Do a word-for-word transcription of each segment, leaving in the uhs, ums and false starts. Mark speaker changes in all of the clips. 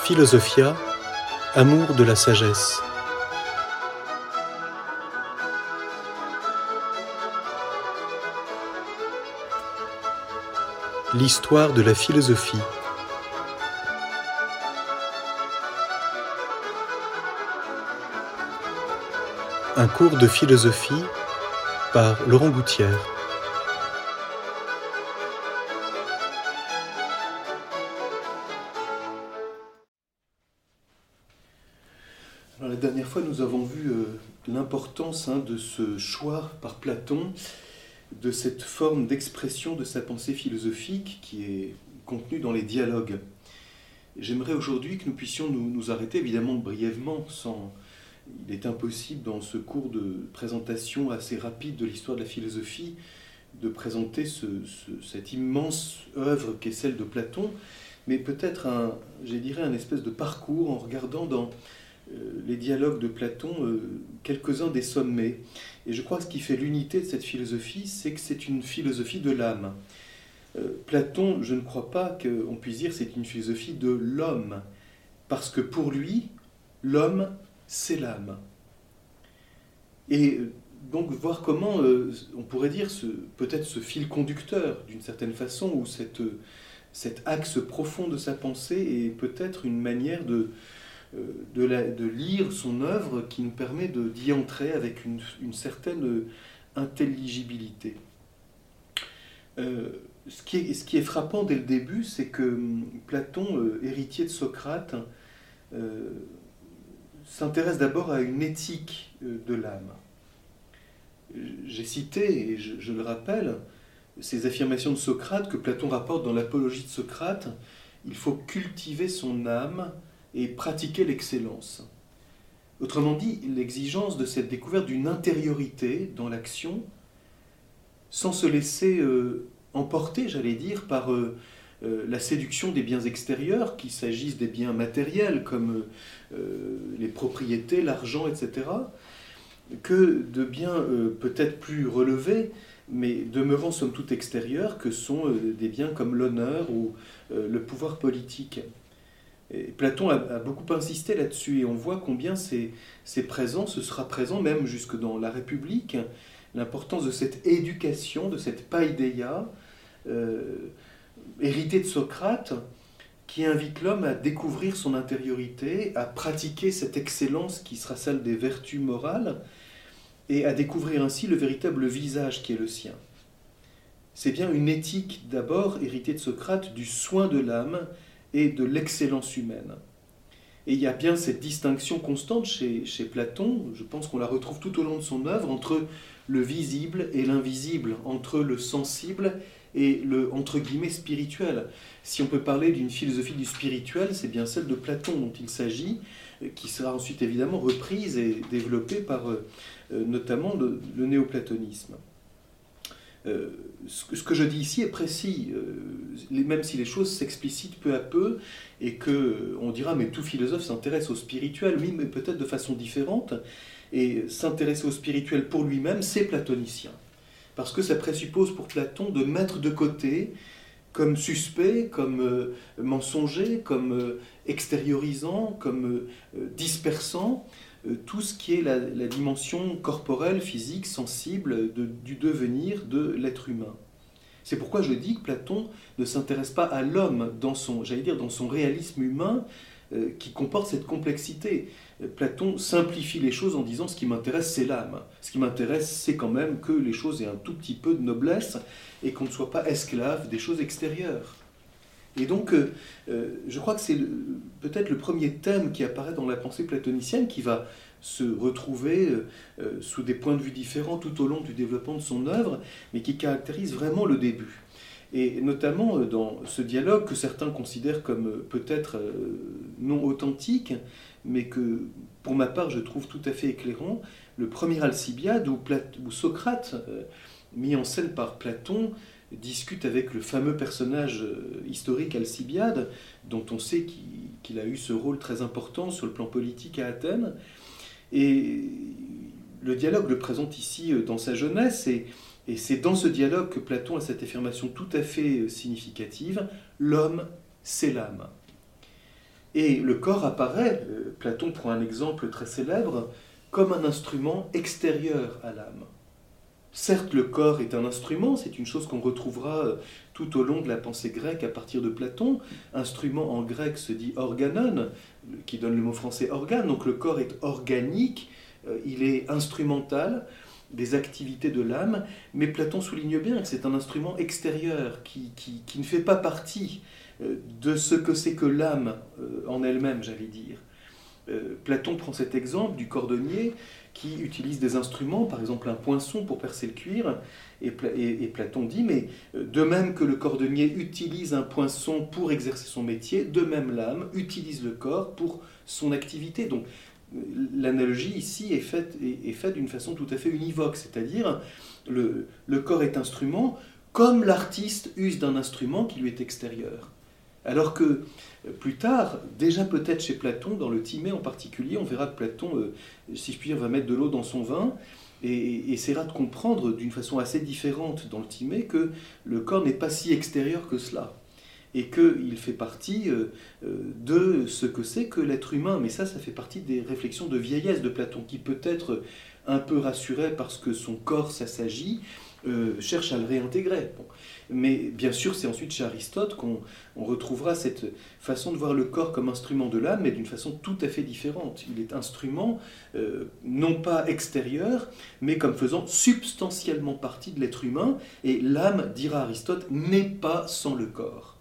Speaker 1: Philosophia, amour de la sagesse. L'histoire de la philosophie. Un cours de philosophie par Laurent Gouttière.
Speaker 2: Alors, la dernière fois, nous avons vu euh, l'importance hein, de ce choix par Platon de cette forme d'expression de sa pensée philosophique qui est contenue dans les dialogues. J'aimerais aujourd'hui que nous puissions nous, nous arrêter, évidemment brièvement, sans... il est impossible dans ce cours de présentation assez rapide de l'histoire de la philosophie de présenter ce, ce, cette immense œuvre qu'est celle de Platon, mais peut-être un, je dirais, un espèce de parcours en regardant dans euh, les dialogues de Platon euh, quelques-uns des sommets. Et je crois que ce qui fait l'unité de cette philosophie, c'est que c'est une philosophie de l'âme. Euh, Platon, je ne crois pas qu'on puisse dire que c'est une philosophie de l'homme, parce que pour lui, l'homme, c'est l'âme. Et donc voir comment, euh, on pourrait dire, ce, peut-être ce fil conducteur, d'une certaine façon, ou cette, cet axe profond de sa pensée est peut-être une manière de, euh, de, la, de lire son œuvre qui nous permet de, d'y entrer avec une, une certaine intelligibilité. Euh, ce, qui est, ce qui est frappant dès le début, c'est que Platon, euh, héritier de Socrate, euh, s'intéresse d'abord à une éthique de l'âme. J'ai cité, et je, je le rappelle, ces affirmations de Socrate que Platon rapporte dans l'Apologie de Socrate. Il faut cultiver son âme et pratiquer l'excellence. Autrement dit, l'exigence de cette découverte d'une intériorité dans l'action, sans se laisser euh, emporter, j'allais dire, par euh, euh, la séduction des biens extérieurs, qu'il s'agisse des biens matériels comme euh, les propriétés, l'argent, et cetera, que de biens euh, peut-être plus relevés, mais demeurant somme toute extérieurs, que sont euh, des biens comme l'honneur ou euh, le pouvoir politique. Et Platon a, a beaucoup insisté là-dessus, et on voit combien c'est, c'est présent, ce sera présent même jusque dans la République, l'importance de cette éducation, de cette paideia, euh, héritée de Socrate, qui invite l'homme à découvrir son intériorité, à pratiquer cette excellence qui sera celle des vertus morales, et à découvrir ainsi le véritable visage qui est le sien. C'est bien une éthique d'abord, héritée de Socrate, du soin de l'âme et de l'excellence humaine. Et il y a bien cette distinction constante chez, chez Platon, je pense qu'on la retrouve tout au long de son œuvre, entre le visible et l'invisible, entre le sensible et le, entre guillemets, spirituel. Si on peut parler d'une philosophie du spirituel, c'est bien celle de Platon dont il s'agit, qui sera ensuite évidemment reprise et développée par euh, notamment le, le néoplatonisme. Euh, ce, ce que je dis ici est précis, euh, les, même si les choses s'explicitent peu à peu, et qu'on euh, dira, mais tout philosophe s'intéresse au spirituel, oui, mais peut-être de façon différente, et s'intéresser au spirituel pour lui-même, c'est platonicien. Parce que ça présuppose pour Platon de mettre de côté, comme suspect, comme euh, mensonger, comme euh, extériorisant, comme euh, dispersant, euh, tout ce qui est la, la dimension corporelle, physique, sensible de, du devenir de l'être humain. C'est pourquoi je dis que Platon ne s'intéresse pas à l'homme dans son, j'allais dire, dans son réalisme humain euh, qui comporte cette complexité. Platon simplifie les choses en disant « ce qui m'intéresse, c'est l'âme. Ce qui m'intéresse, c'est quand même que les choses aient un tout petit peu de noblesse et qu'on ne soit pas esclave des choses extérieures. » Et donc, euh, je crois que c'est le, peut-être le premier thème qui apparaît dans la pensée platonicienne qui va se retrouver euh, sous des points de vue différents tout au long du développement de son œuvre, mais qui caractérise vraiment le début. Et notamment dans ce dialogue que certains considèrent comme peut-être non authentique, mais que pour ma part je trouve tout à fait éclairant, le premier Alcibiade où, Plat- où Socrate, euh, mis en scène par Platon, discute avec le fameux personnage historique Alcibiade, dont on sait qu'il, qu'il a eu ce rôle très important sur le plan politique à Athènes. Et le dialogue le présente ici dans sa jeunesse, et Et c'est dans ce dialogue que Platon a cette affirmation tout à fait significative, l'homme, c'est l'âme. Et le corps apparaît, euh, Platon prend un exemple très célèbre, comme un instrument extérieur à l'âme. Certes, le corps est un instrument, c'est une chose qu'on retrouvera tout au long de la pensée grecque à partir de Platon. Instrument en grec se dit organon, qui donne le mot français organe, donc le corps est organique, il est instrumental des activités de l'âme, mais Platon souligne bien que c'est un instrument extérieur qui, qui, qui ne fait pas partie de ce que c'est que l'âme en elle-même, j'allais dire. Platon prend cet exemple du cordonnier qui utilise des instruments, par exemple un poinçon pour percer le cuir, et, et, et Platon dit, mais de même que le cordonnier utilise un poinçon pour exercer son métier, de même l'âme utilise le corps pour son activité. Donc l'analogie ici est faite, est, est faite d'une façon tout à fait univoque, c'est-à-dire le, le corps est instrument comme l'artiste use d'un instrument qui lui est extérieur. Alors que plus tard, déjà peut-être chez Platon, dans le Timée en particulier, on verra que Platon, euh, si je puis dire, va mettre de l'eau dans son vin et, et essaiera de comprendre d'une façon assez différente dans le Timée que le corps n'est pas si extérieur que cela et qu'il fait partie euh, de ce que c'est que l'être humain. Mais ça, ça fait partie des réflexions de vieillesse de Platon, qui peut être un peu rassuré parce que son corps s'assagit, euh, cherche à le réintégrer. Bon. Mais bien sûr, c'est ensuite chez Aristote qu'on on retrouvera cette façon de voir le corps comme instrument de l'âme, mais d'une façon tout à fait différente. Il est instrument, euh, non pas extérieur, mais comme faisant substantiellement partie de l'être humain, et l'âme, dira Aristote, n'est pas sans le corps.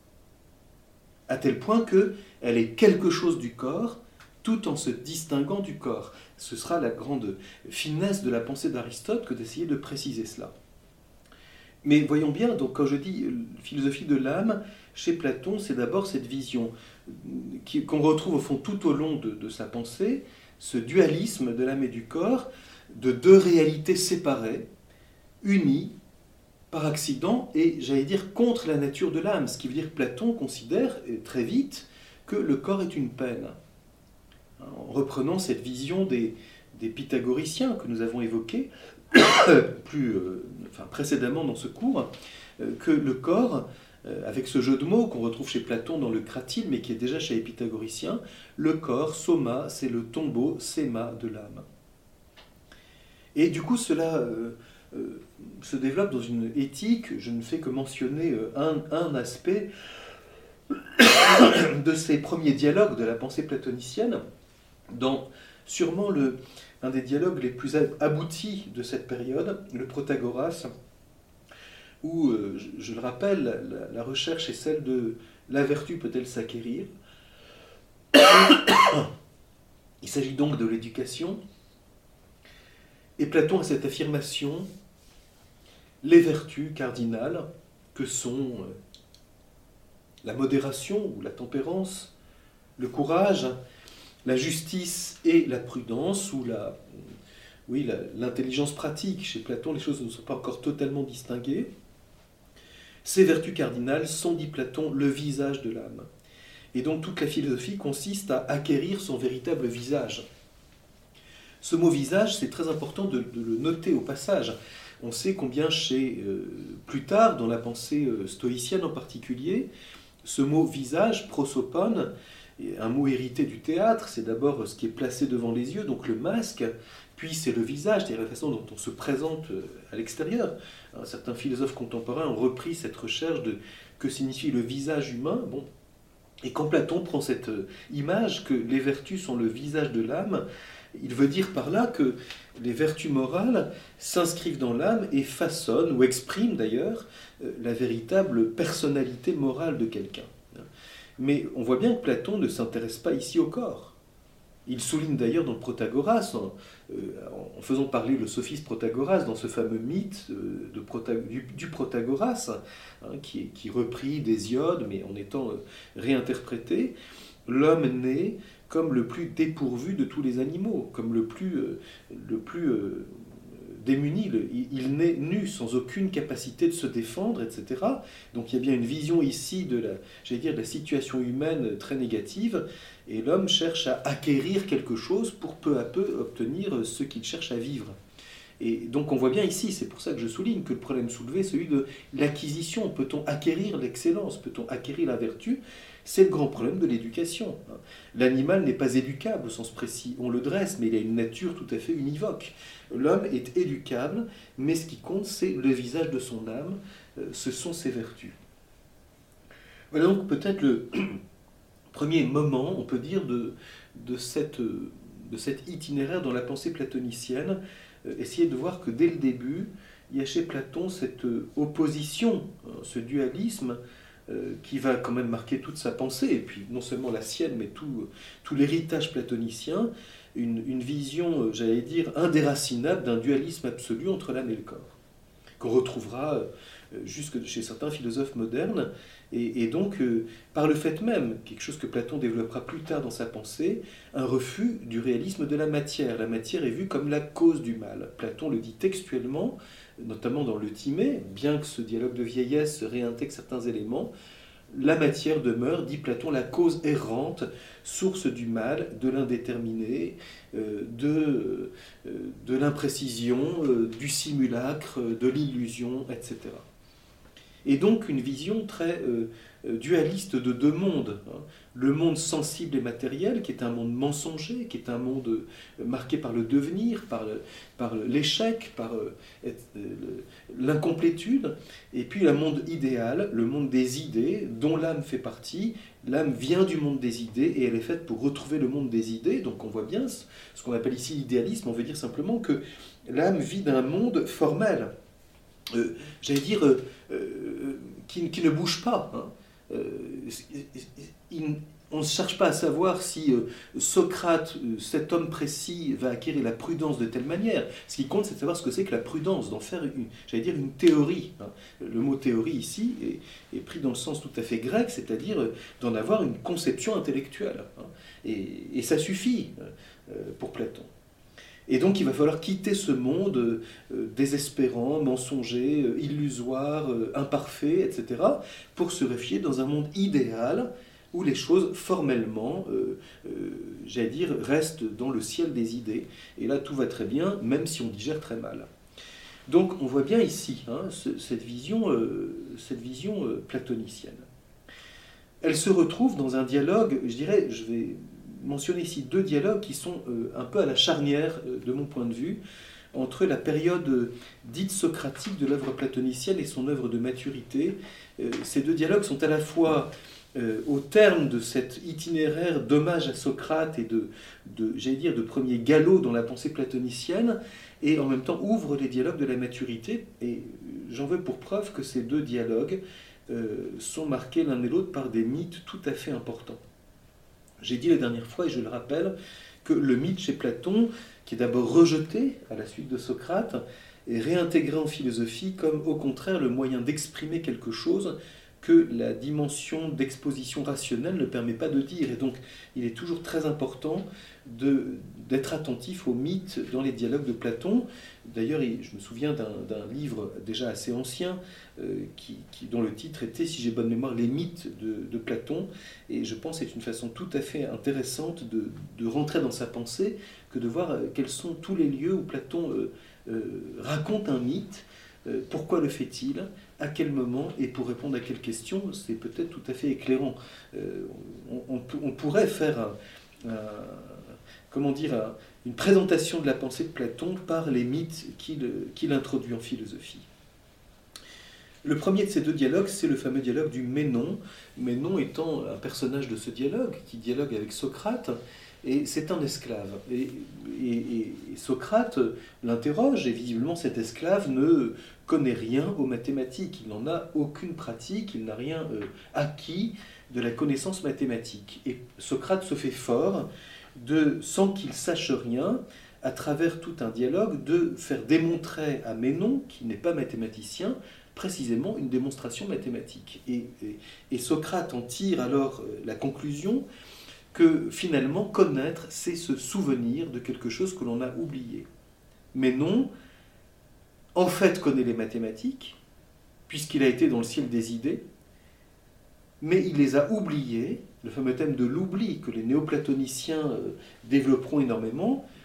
Speaker 2: À tel point qu'elle est quelque chose du corps, tout en se distinguant du corps. Ce sera la grande finesse de la pensée d'Aristote que d'essayer de préciser cela. Mais voyons bien, donc quand je dis philosophie de l'âme, chez Platon, c'est d'abord cette vision qui, qu'on retrouve au fond tout au long de, de sa pensée, ce dualisme de l'âme et du corps, de deux réalités séparées, unies par accident et, j'allais dire, contre la nature de l'âme, ce qui veut dire que Platon considère très vite que le corps est une peine. En reprenant cette vision des, des pythagoriciens que nous avons évoqués, plus euh, enfin, précédemment dans ce cours, euh, que le corps, euh, avec ce jeu de mots qu'on retrouve chez Platon dans le Cratyle, mais qui est déjà chez les pythagoriciens, le corps, soma, c'est le tombeau, séma de l'âme. Et du coup, cela euh, euh, se développe dans une éthique. Je ne fais que mentionner euh, un, un aspect de ces premiers dialogues de la pensée platonicienne, dans sûrement le un des dialogues les plus aboutis de cette période, le Protagoras, où, euh, je, je le rappelle, la, la recherche est celle de la vertu peut-elle s'acquérir. Il s'agit donc de l'éducation. Et Platon a cette affirmation, les vertus cardinales que sont euh, la modération ou la tempérance, le courage, la justice et la prudence, ou la, oui, la, l'intelligence pratique. Chez Platon, les choses ne sont pas encore totalement distinguées. Ces vertus cardinales sont, dit Platon, le visage de l'âme. Et donc toute la philosophie consiste à acquérir son véritable visage. Ce mot visage, c'est très important de, de le noter au passage. On sait combien chez, euh, plus tard, dans la pensée euh, stoïcienne en particulier, ce mot visage, prosopone, un mot hérité du théâtre, c'est d'abord ce qui est placé devant les yeux, donc le masque, puis c'est le visage, c'est-à-dire la façon dont on se présente à l'extérieur. Certains philosophes contemporains ont repris cette recherche de que signifie le visage humain. Bon. Et quand Platon prend cette image que les vertus sont le visage de l'âme, il veut dire par là que les vertus morales s'inscrivent dans l'âme et façonnent, ou expriment d'ailleurs, la véritable personnalité morale de quelqu'un. Mais on voit bien que Platon ne s'intéresse pas ici au corps. Il souligne d'ailleurs dans le Protagoras, en, euh, en faisant parler le sophiste Protagoras dans ce fameux mythe euh, de Prota, du, du Protagoras, hein, qui est qui repris d'Hésiode, mais en étant euh, réinterprété, l'homme naît comme le plus dépourvu de tous les animaux, comme le plus, euh, le plus euh, démuni, il naît nu, sans aucune capacité de se défendre, et cetera. Donc il y a bien une vision ici de la, j'allais dire, de la situation humaine très négative, et l'homme cherche à acquérir quelque chose pour peu à peu obtenir ce qu'il cherche à vivre. Et donc on voit bien ici, c'est pour ça que je souligne que le problème soulevé, celui de l'acquisition. Peut-on acquérir l'excellence? Peut-on acquérir la vertu? C'est le grand problème de l'éducation. L'animal n'est pas éducable au sens précis, on le dresse, mais il a une nature tout à fait univoque. L'homme est éducable, mais ce qui compte, c'est le visage de son âme, ce sont ses vertus. Voilà donc peut-être le premier moment, on peut dire, de, de, cette, de cet itinéraire dans la pensée platonicienne. Essayer de voir que dès le début, il y a chez Platon cette opposition, ce dualisme, euh, qui va quand même marquer toute sa pensée, et puis non seulement la sienne, mais tout, tout l'héritage platonicien, une, une vision, j'allais dire, indéracinable d'un dualisme absolu entre l'âme et le corps, qu'on retrouvera jusque chez certains philosophes modernes, et, et donc, euh, par le fait même, quelque chose que Platon développera plus tard dans sa pensée, un refus du réalisme de la matière. La matière est vue comme la cause du mal. Platon le dit textuellement, notamment dans le Timée, bien que ce dialogue de vieillesse réintègre certains éléments, la matière demeure, dit Platon, la cause errante, source du mal, de l'indéterminé, euh, de, euh, de l'imprécision, euh, du simulacre, de l'illusion, et cetera. Et donc une vision très euh, dualiste de deux mondes. Hein. Le monde sensible et matériel, qui est un monde mensonger, qui est un monde marqué par le devenir, par, le, par l'échec, par euh, l'incomplétude, et puis le monde idéal, le monde des idées, dont l'âme fait partie. L'âme vient du monde des idées, et elle est faite pour retrouver le monde des idées. Donc on voit bien ce qu'on appelle ici l'idéalisme. On veut dire simplement que l'âme vit d'un monde formel. Euh, j'allais dire, euh, euh, qui, qui ne bouge pas. Hein. Euh, il, on ne cherche pas à savoir si euh, Socrate, euh, cet homme précis, va acquérir la prudence de telle manière. Ce qui compte, c'est de savoir ce que c'est que la prudence, d'en faire, une, j'allais dire, une théorie. Hein. Le mot théorie ici est, est pris dans le sens tout à fait grec, c'est-à-dire euh, d'en avoir une conception intellectuelle. Hein. Et, et ça suffit euh, pour Platon. Et donc il va falloir quitter ce monde euh, désespérant, mensonger, euh, illusoire, euh, imparfait, et cetera, pour se réfugier dans un monde idéal où les choses formellement, euh, euh, j'allais dire, restent dans le ciel des idées. Et là tout va très bien, même si on digère très mal. Donc on voit bien ici hein, ce, cette vision, euh, cette vision euh, platonicienne. Elle se retrouve dans un dialogue, je dirais, je vais mentionner ici deux dialogues qui sont euh, un peu à la charnière, euh, de mon point de vue, entre la période euh, dite socratique de l'œuvre platonicienne et son œuvre de maturité. Euh, ces deux dialogues sont à la fois euh, au terme de cet itinéraire d'hommage à Socrate et de, de, j'allais dire, de premier galop dans la pensée platonicienne, et en même temps ouvrent les dialogues de la maturité. Et j'en veux pour preuve que ces deux dialogues euh, sont marqués l'un et l'autre par des mythes tout à fait importants. J'ai dit la dernière fois, et je le rappelle, que le mythe chez Platon, qui est d'abord rejeté à la suite de Socrate, est réintégré en philosophie comme au contraire le moyen d'exprimer quelque chose que la dimension d'exposition rationnelle ne permet pas de dire. Et donc il est toujours très important de, d'être attentif aux mythes dans les dialogues de Platon. D'ailleurs, je me souviens d'un, d'un livre déjà assez ancien, euh, qui, qui, dont le titre était, si j'ai bonne mémoire, Les mythes de, de Platon. Et je pense que c'est une façon tout à fait intéressante de, de rentrer dans sa pensée, que de voir quels sont tous les lieux où Platon euh, euh, raconte un mythe. Euh, pourquoi le fait-il? À quel moment? Et pour répondre à quelle question? C'est peut-être tout à fait éclairant. Euh, on, on, on pourrait faire un, un, comment dire, un, une présentation de la pensée de Platon par les mythes qu'il, qu'il introduit en philosophie. Le premier de ces deux dialogues, c'est le fameux dialogue du Ménon. Ménon étant un personnage de ce dialogue, qui dialogue avec Socrate, et c'est un esclave. Et, et, et Socrate l'interroge, et visiblement cet esclave ne connaît rien aux mathématiques. Il n'en a aucune pratique, il n'a rien euh, acquis de la connaissance mathématique. Et Socrate se fait fort, de, sans qu'il sache rien, à travers tout un dialogue, de faire démontrer à Ménon, qui n'est pas mathématicien, précisément une démonstration mathématique. Et, et, et Socrate en tire alors euh, la conclusion que finalement connaître, c'est se souvenir de quelque chose que l'on a oublié. Ménon, en fait, connaît les mathématiques, puisqu'il a été dans le ciel des idées, mais il les a oubliées, le fameux thème de l'oubli que les néoplatoniciens développeront énormément,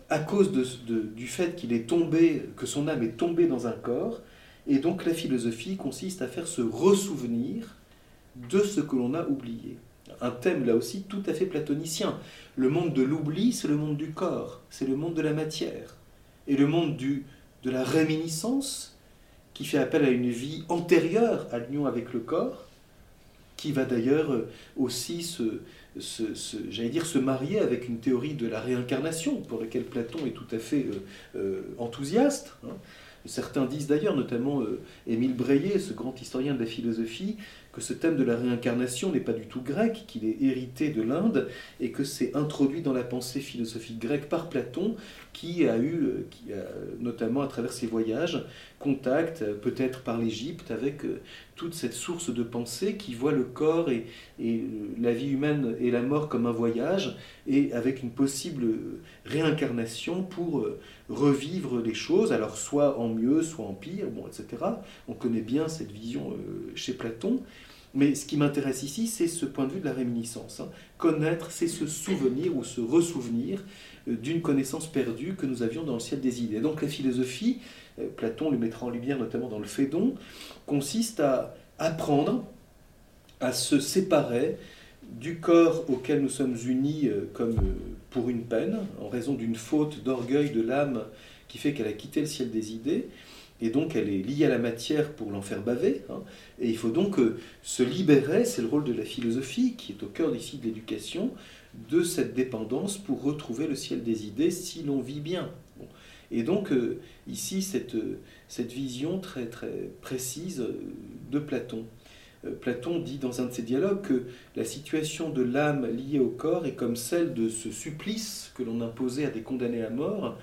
Speaker 2: à cause de, de, du fait qu'il est tombé, que son âme est tombée dans un corps, et donc la philosophie consiste à faire se ressouvenir de ce que l'on a oublié. Un thème là aussi tout à fait platonicien. Le monde de l'oubli, c'est le monde du corps, c'est le monde de la matière. Et le monde du, de la réminiscence, qui fait appel à une vie antérieure à l'union avec le corps, qui va d'ailleurs aussi se, se, se, j'allais dire, se marier avec une théorie de la réincarnation, pour laquelle Platon est tout à fait euh, euh, enthousiaste. Hein. Certains disent d'ailleurs, notamment euh, Émile Breillet, ce grand historien de la philosophie, que ce thème de la réincarnation n'est pas du tout grec, qu'il est hérité de l'Inde, et que c'est introduit dans la pensée philosophique grecque par Platon, qui a eu, qui a, notamment à travers ses voyages, contact, peut-être par l'Égypte, avec toute cette source de pensée qui voit le corps et, et la vie humaine et la mort comme un voyage, et avec une possible réincarnation pour revivre les choses, alors soit en mieux, soit en pire, bon, et cetera. On connaît bien cette vision chez Platon. Mais ce qui m'intéresse ici, c'est ce point de vue de la réminiscence. Hein. Connaître, c'est se souvenir ou se ressouvenir d'une connaissance perdue que nous avions dans le ciel des idées. Donc la philosophie, Platon le mettra en lumière notamment dans le Phédon, consiste à apprendre à se séparer du corps auquel nous sommes unis comme pour une peine, en raison d'une faute d'orgueil de l'âme qui fait qu'elle a quitté le ciel des idées, et donc elle est liée à la matière pour l'en faire baver, hein. Et il faut donc euh, se libérer, c'est le rôle de la philosophie, qui est au cœur ici de l'éducation, de cette dépendance pour retrouver le ciel des idées si l'on vit bien. Bon. Et donc euh, ici, cette, cette vision très, très précise de Platon. Euh, Platon dit dans un de ses dialogues que la situation de l'âme liée au corps est comme celle de ce supplice que l'on imposait à des condamnés à mort,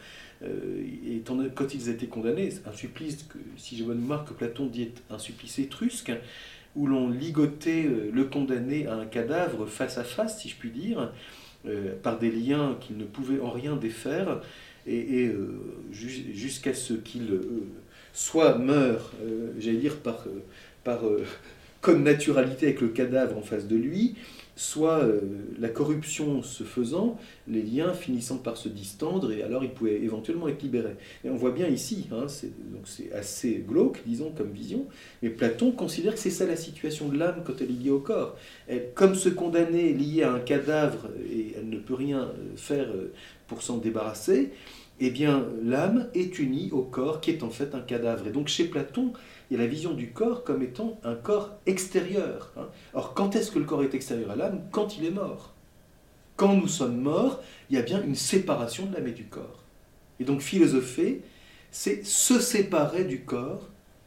Speaker 2: et quand ils étaient condamnés, un supplice, que, si j'ai bonne mémoire, que Platon dit est un supplice étrusque, où l'on ligotait le condamné à un cadavre face à face, si je puis dire, euh, par des liens qu'il ne pouvait en rien défaire, et, et euh, jusqu'à ce qu'il euh, soit meure, euh, j'allais dire, par, euh, par euh, connaturalité avec le cadavre en face de lui, soit euh, la corruption se faisant, les liens finissant par se distendre, et alors il pouvait éventuellement être libéré. Et on voit bien ici, hein, c'est, donc c'est assez glauque, disons, comme vision, mais Platon considère que c'est ça la situation de l'âme quand elle est liée au corps. Elle, comme ce condamné est lié à un cadavre, et elle ne peut rien faire pour s'en débarrasser, eh bien l'âme est unie au corps qui est en fait un cadavre. Et donc chez Platon, il y a la vision du corps comme étant un corps extérieur. Hein. Or, quand est-ce que le corps est extérieur à l'âme ? Quand il est mort. Quand nous sommes morts, il y a bien une séparation de l'âme et du corps. Et donc philosopher, c'est se séparer du corps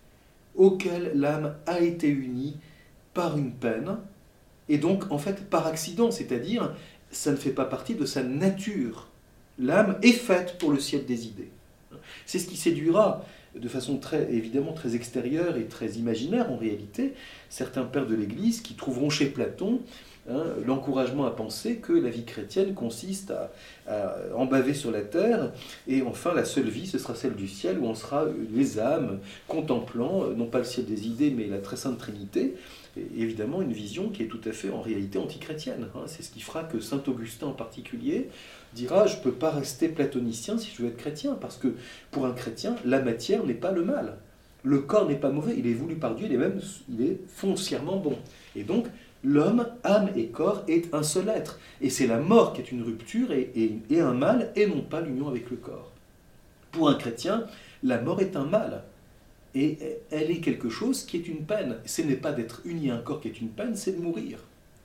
Speaker 2: auquel l'âme a été unie par une peine, et donc en fait par accident, c'est-à-dire ça ne fait pas partie de sa nature. L'âme est faite pour le ciel des idées. C'est ce qui séduira de façon très, évidemment très extérieure et très imaginaire en réalité, certains pères de l'Église qui trouveront chez Platon hein, l'encouragement à penser que la vie chrétienne consiste à, à en baver sur la terre, et enfin la seule vie, ce sera celle du ciel, où on sera les âmes contemplant, non pas le ciel des idées, mais la très sainte Trinité, et évidemment une vision qui est tout à fait en réalité antichrétienne. Hein. C'est ce qui fera que saint Augustin en particulier dira « je ne peux pas rester platonicien si je veux être chrétien », parce que pour un chrétien, la matière n'est pas le mal. Le corps n'est pas mauvais, il est voulu par Dieu, il est même il est foncièrement bon. Et donc, l'homme, âme et corps, est un seul être. Et c'est la mort qui est une rupture et, et, et un mal, et non pas l'union avec le corps. Pour un chrétien, la mort est un mal. Et elle est quelque chose qui est une peine. Ce n'est pas d'être uni à un corps qui est une peine, c'est de mourir.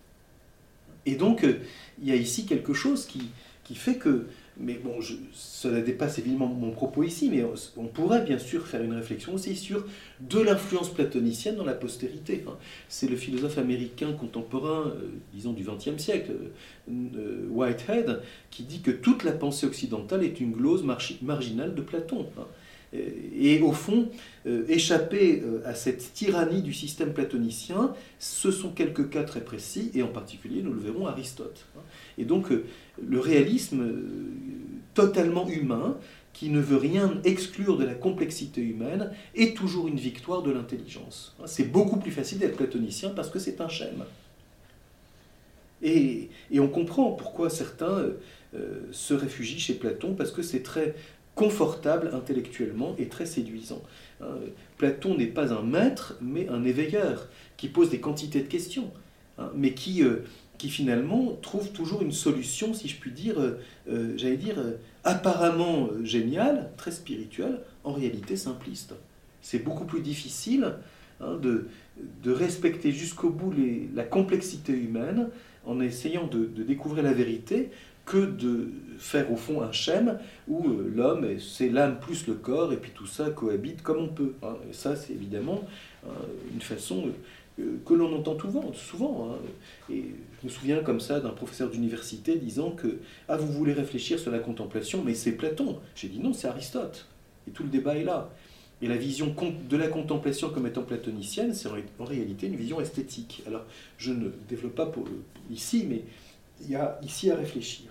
Speaker 2: Et donc, il y a ici quelque chose qui, qui fait que... Mais bon, je, cela dépasse évidemment mon propos ici, mais on, on pourrait bien sûr faire une réflexion aussi sur de l'influence platonicienne dans la postérité. Hein. C'est le philosophe américain contemporain, euh, disons du vingtième siècle, euh, Whitehead, qui dit que toute la pensée occidentale est une glose margi- marginale de Platon. Hein. Et au fond, euh, échapper euh, à cette tyrannie du système platonicien, ce sont quelques cas très précis, et en particulier, nous le verrons, Aristote. Et donc, euh, le réalisme euh, totalement humain, qui ne veut rien exclure de la complexité humaine, est toujours une victoire de l'intelligence. C'est beaucoup plus facile d'être platonicien parce que c'est un schème. Et, et on comprend pourquoi certains euh, se réfugient chez Platon parce que c'est très confortable intellectuellement et très séduisant. Hein, Platon n'est pas un maître, mais un éveilleur, qui pose des quantités de questions, hein, mais qui, euh, qui finalement trouve toujours une solution, si je puis dire, euh, euh, j'allais dire, euh, apparemment euh, géniale, très spirituelle, en réalité simpliste. C'est beaucoup plus difficile hein, de, de respecter jusqu'au bout les, la complexité humaine en essayant de, de découvrir la vérité, que de faire au fond un schème où euh, l'homme, c'est l'âme plus le corps, et puis tout ça cohabite comme on peut. Hein. Et ça, c'est évidemment hein, une façon euh, que l'on entend souvent. souvent hein. Et je me souviens comme ça d'un professeur d'université disant que « Ah, vous voulez réfléchir sur la contemplation, mais c'est Platon ». J'ai dit « Non, c'est Aristote ». Et tout le débat est là. Et la vision de la contemplation comme étant platonicienne, c'est en réalité une vision esthétique. Alors, je ne développe pas pour, ici, mais il y a ici à réfléchir.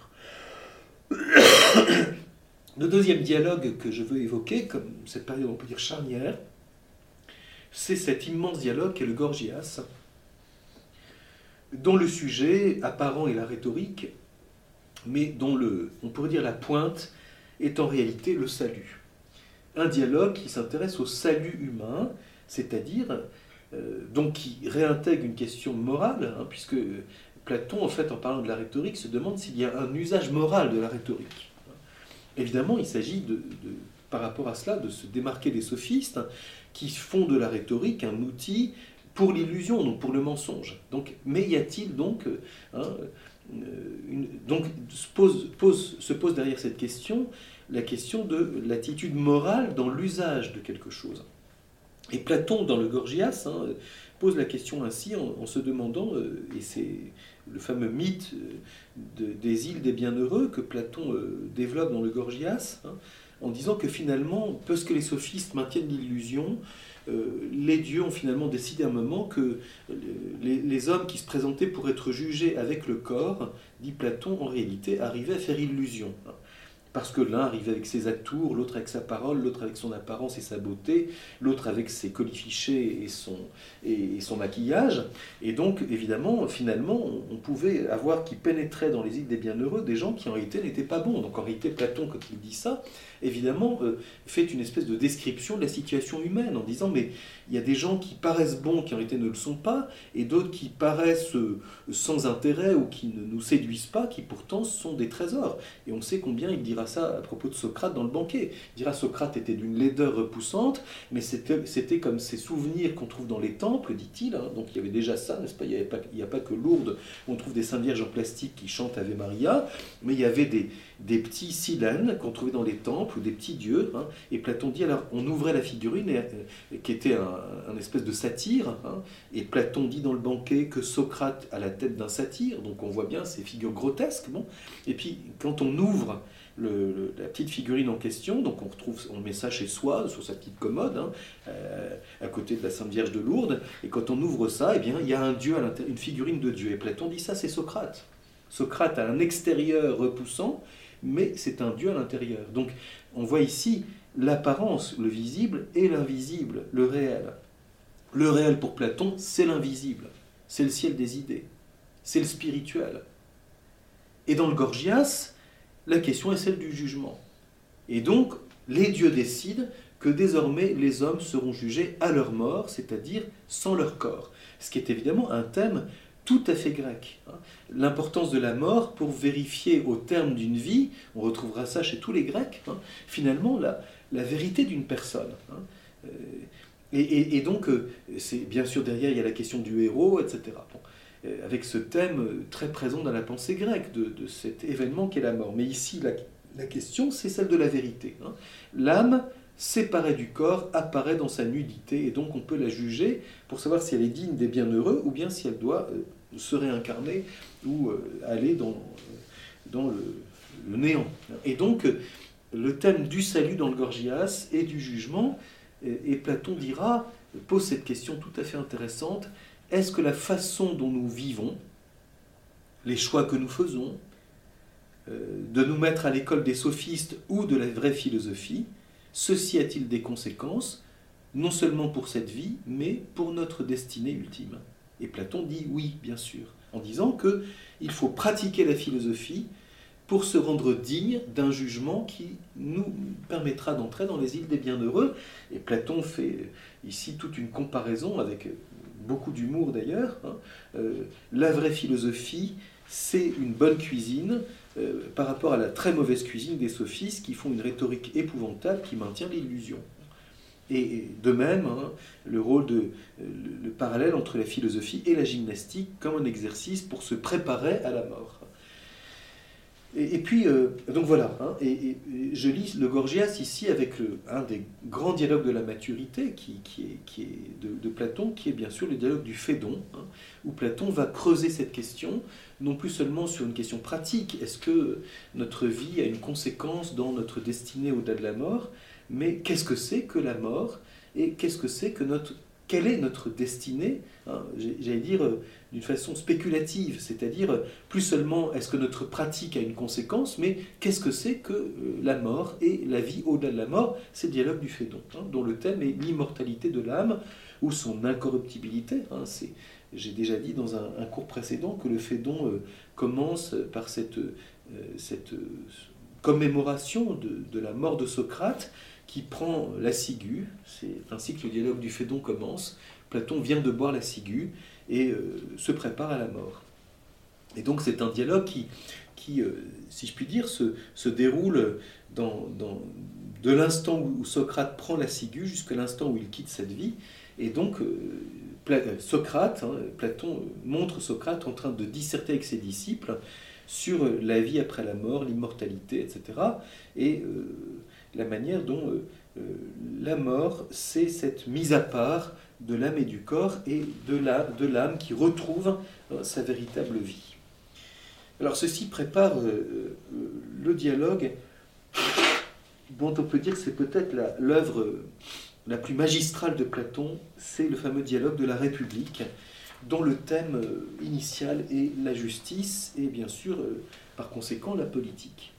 Speaker 2: Le deuxième dialogue que je veux évoquer, comme cette période on peut dire charnière, c'est cet immense dialogue qu'est le Gorgias, dont le sujet apparent est la rhétorique, mais dont le, on pourrait dire la pointe est en réalité le salut. Un dialogue qui s'intéresse au salut humain, c'est-à-dire euh, donc qui réintègre une question morale, hein, puisque Platon, en fait, en parlant de la rhétorique, se demande s'il y a un usage moral de la rhétorique. Évidemment, il s'agit, de, de, par rapport à cela, de se démarquer des sophistes qui font de la rhétorique un outil pour l'illusion, donc pour le mensonge. Donc, mais y a-t-il donc... Hein, une, donc se pose, pose, se pose derrière cette question la question de l'attitude morale dans l'usage de quelque chose. Et Platon, dans le Gorgias, hein, pose la question ainsi en, en se demandant, euh, et c'est le fameux mythe de, des îles des bienheureux que Platon euh, développe dans le Gorgias, hein, en disant que finalement, puisque les sophistes maintiennent l'illusion, euh, les dieux ont finalement décidé à un moment que les, les hommes qui se présentaient pour être jugés avec le corps, dit Platon, en réalité arrivaient à faire illusion. Hein. Parce que l'un arrivait avec ses atours, l'autre avec sa parole, l'autre avec son apparence et sa beauté, l'autre avec ses colifichets et son, et son maquillage. Et donc, évidemment, finalement, on pouvait avoir qui pénétraient dans les îles des bienheureux des gens qui en réalité n'étaient pas bons. Donc en réalité, Platon, quand il dit ça, évidemment, euh, fait une espèce de description de la situation humaine en disant, mais il y a des gens qui paraissent bons, qui en réalité ne le sont pas, et d'autres qui paraissent euh, sans intérêt ou qui ne nous séduisent pas, qui pourtant sont des trésors. Et on sait combien il dira ça à propos de Socrate dans le banquet. Il dira Socrate était d'une laideur repoussante, mais c'était, c'était comme ces souvenirs qu'on trouve dans les temples, dit-il. Hein. Donc il y avait déjà ça, n'est-ce pas? Il n'y avait pas, il n'y a pas que Lourdes, où on trouve des Saintes Vierges en plastique qui chantent Ave Maria, mais il y avait des, des petits silènes qu'on trouvait dans les temples, ou des petits dieux. Hein. Et Platon dit, alors on ouvrait la figurine, et, et, qui était un, un espèce de satyre, hein. Et Platon dit dans le banquet que Socrate a la tête d'un satyre, donc on voit bien ces figures grotesques. Bon. Et puis quand on ouvre Le, le, la petite figurine en question, donc on retrouve, on met ça chez soi, sur sa petite commode, hein, euh, à côté de la Sainte Vierge de Lourdes, et quand on ouvre ça, eh bien, il y a un dieu à l'intérieur, une figurine de Dieu. Et Platon dit ça, c'est Socrate. Socrate a un extérieur repoussant, mais c'est un dieu à l'intérieur. Donc on voit ici l'apparence, le visible et l'invisible, le réel. Le réel pour Platon, c'est l'invisible, c'est le ciel des idées, c'est le spirituel. Et dans le Gorgias, la question est celle du jugement. Et donc, les dieux décident que désormais les hommes seront jugés à leur mort, c'est-à-dire sans leur corps. Ce qui est évidemment un thème tout à fait grec. L'importance de la mort pour vérifier au terme d'une vie, on retrouvera ça chez tous les Grecs, hein, finalement la, la vérité d'une personne. Hein. Et, et, et donc, c'est, bien sûr, derrière, il y a la question du héros, et cetera. Bon. Avec ce thème très présent dans la pensée grecque de, de cet événement qu'est la mort. Mais ici, la, la question, c'est celle de la vérité. Hein. L'âme, séparée du corps, apparaît dans sa nudité, et donc on peut la juger pour savoir si elle est digne des bienheureux, ou bien si elle doit euh, se réincarner, ou euh, aller dans, dans le, le néant. Et donc, le thème du salut dans le Gorgias et du jugement, et, et Platon dira, pose cette question tout à fait intéressante: est-ce que la façon dont nous vivons, les choix que nous faisons, euh, de nous mettre à l'école des sophistes ou de la vraie philosophie, ceci a-t-il des conséquences, non seulement pour cette vie, mais pour notre destinée ultime? Et Platon dit oui, bien sûr, en disant qu'il faut pratiquer la philosophie pour se rendre digne d'un jugement qui nous permettra d'entrer dans les îles des bienheureux. Et Platon fait ici toute une comparaison avec beaucoup d'humour d'ailleurs. Hein. Euh, la vraie philosophie, c'est une bonne cuisine euh, par rapport à la très mauvaise cuisine des sophistes qui font une rhétorique épouvantable qui maintient l'illusion. Et de même, hein, le rôle de le, le parallèle entre la philosophie et la gymnastique comme un exercice pour se préparer à la mort. Et, et puis, euh, donc voilà, hein, et, et, et je lis le Gorgias ici avec le, un des grands dialogues de la maturité qui, qui est, qui est de, de Platon, qui est bien sûr le dialogue du Phédon, hein, où Platon va creuser cette question, non plus seulement sur une question pratique, est-ce que notre vie a une conséquence dans notre destinée au-delà de la mort, mais qu'est-ce que c'est que la mort et qu'est-ce que c'est que notre, quelle est notre destinée, hein, j'allais dire euh, d'une façon spéculative, c'est-à-dire euh, plus seulement est-ce que notre pratique a une conséquence, mais qu'est-ce que c'est que euh, la mort et la vie au-delà de la mort, c'est le dialogue du Phédon, hein, dont le thème est l'immortalité de l'âme ou son incorruptibilité. Hein, c'est, j'ai déjà dit dans un, un cours précédent que le Phédon euh, commence par cette, euh, cette euh, commémoration de, de la mort de Socrate, qui prend la ciguë, c'est ainsi que le dialogue du Phédon commence. Platon vient de boire la ciguë et euh, se prépare à la mort. Et donc c'est un dialogue qui, qui euh, si je puis dire, se, se déroule dans, dans, de l'instant où Socrate prend la ciguë jusqu'à l'instant où il quitte cette vie. Et donc euh, Pla- Socrate, hein, Platon montre Socrate en train de disserter avec ses disciples sur la vie après la mort, l'immortalité, et cetera. Et euh, la manière dont euh, euh, la mort, c'est cette mise à part de l'âme et du corps et de, la, de l'âme qui retrouve euh, sa véritable vie. Alors ceci prépare euh, euh, le dialogue dont on peut dire que c'est peut-être la, l'œuvre la plus magistrale de Platon, c'est le fameux dialogue de la République, dont le thème euh, initial est la justice et bien sûr, euh, par conséquent, la politique.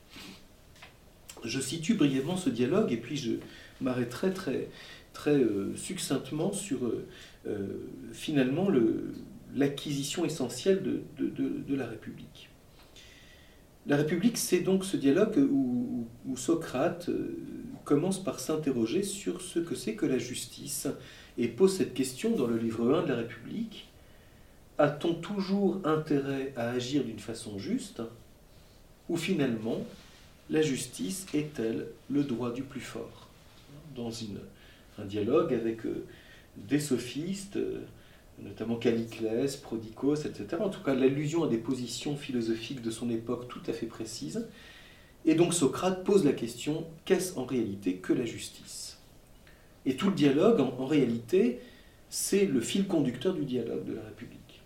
Speaker 2: Je situe brièvement ce dialogue et puis je m'arrêterai très, très euh, succinctement sur euh, euh, finalement le, l'acquisition essentielle de, de, de, de la République. La République, c'est donc ce dialogue où, où Socrate euh, commence par s'interroger sur ce que c'est que la justice et pose cette question dans le livre un de la République. A-t-on toujours intérêt à agir d'une façon juste ou finalement la justice est-elle le droit du plus fort ? Dans une, un dialogue avec euh, des sophistes, euh, notamment Calliclès, Prodicos, et cetera. En tout cas, l'allusion à des positions philosophiques de son époque tout à fait précises. Et donc Socrate pose la question, qu'est-ce en réalité que la justice ? Et tout le dialogue, en, en réalité, c'est le fil conducteur du dialogue de la République.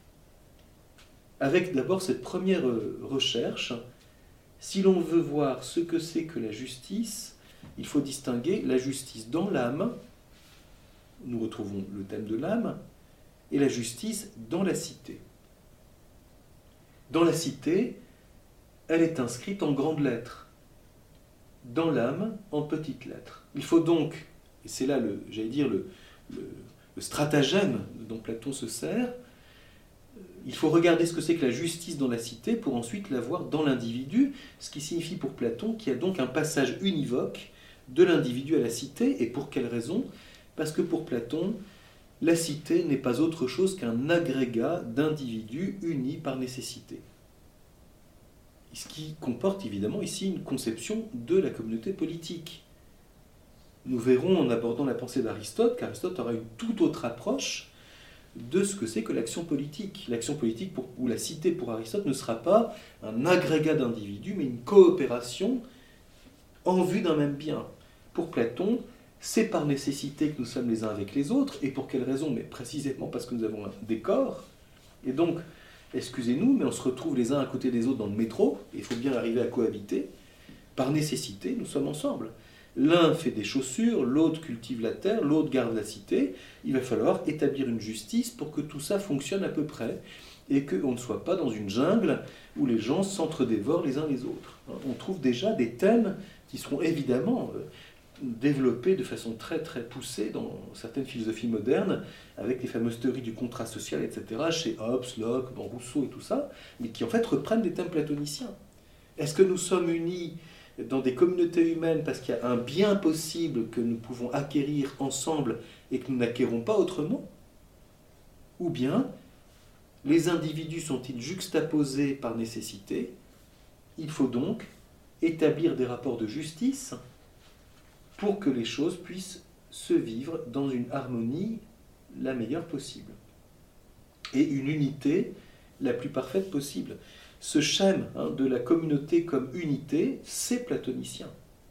Speaker 2: Avec d'abord cette première euh, recherche. Si l'on veut voir ce que c'est que la justice, il faut distinguer la justice dans l'âme, nous retrouvons le thème de l'âme, et la justice dans la cité. Dans la cité, elle est inscrite en grandes lettres, dans l'âme en petites lettres. Il faut donc, et c'est là, le, j'allais dire, le, le, le stratagème dont Platon se sert, il faut regarder ce que c'est que la justice dans la cité pour ensuite la voir dans l'individu, ce qui signifie pour Platon qu'il y a donc un passage univoque de l'individu à la cité. Et pour quelle raison ? Parce que pour Platon, la cité n'est pas autre chose qu'un agrégat d'individus unis par nécessité. Ce qui comporte évidemment ici une conception de la communauté politique. Nous verrons en abordant la pensée d'Aristote qu'Aristote aura une toute autre approche de ce que c'est que l'action politique. L'action politique pour, ou la cité pour Aristote ne sera pas un agrégat d'individus, mais une coopération en vue d'un même bien. Pour Platon, c'est par nécessité que nous sommes les uns avec les autres, et pour quelle raison ? Mais précisément parce que nous avons un décor, et donc, excusez-nous, mais on se retrouve les uns à côté des autres dans le métro, et il faut bien arriver à cohabiter. Par nécessité, nous sommes ensemble. L'un fait des chaussures, l'autre cultive la terre, l'autre garde la cité. Il va falloir établir une justice pour que tout ça fonctionne à peu près et qu'on ne soit pas dans une jungle où les gens s'entre-dévorent les uns les autres. On trouve déjà des thèmes qui seront évidemment développés de façon très très poussée dans certaines philosophies modernes avec les fameuses théories du contrat social, et cetera, chez Hobbes, Locke, bon, Rousseau et tout ça, mais qui en fait reprennent des thèmes platoniciens. Est-ce que nous sommes unis dans des communautés humaines parce qu'il y a un bien possible que nous pouvons acquérir ensemble et que nous n'acquérons pas autrement? Ou bien, les individus sont-ils juxtaposés par nécessité? Il faut donc établir des rapports de justice pour que les choses puissent se vivre dans une harmonie la meilleure possible et une unité la plus parfaite possible. Ce schème hein, de la communauté comme unité, c'est platonicien.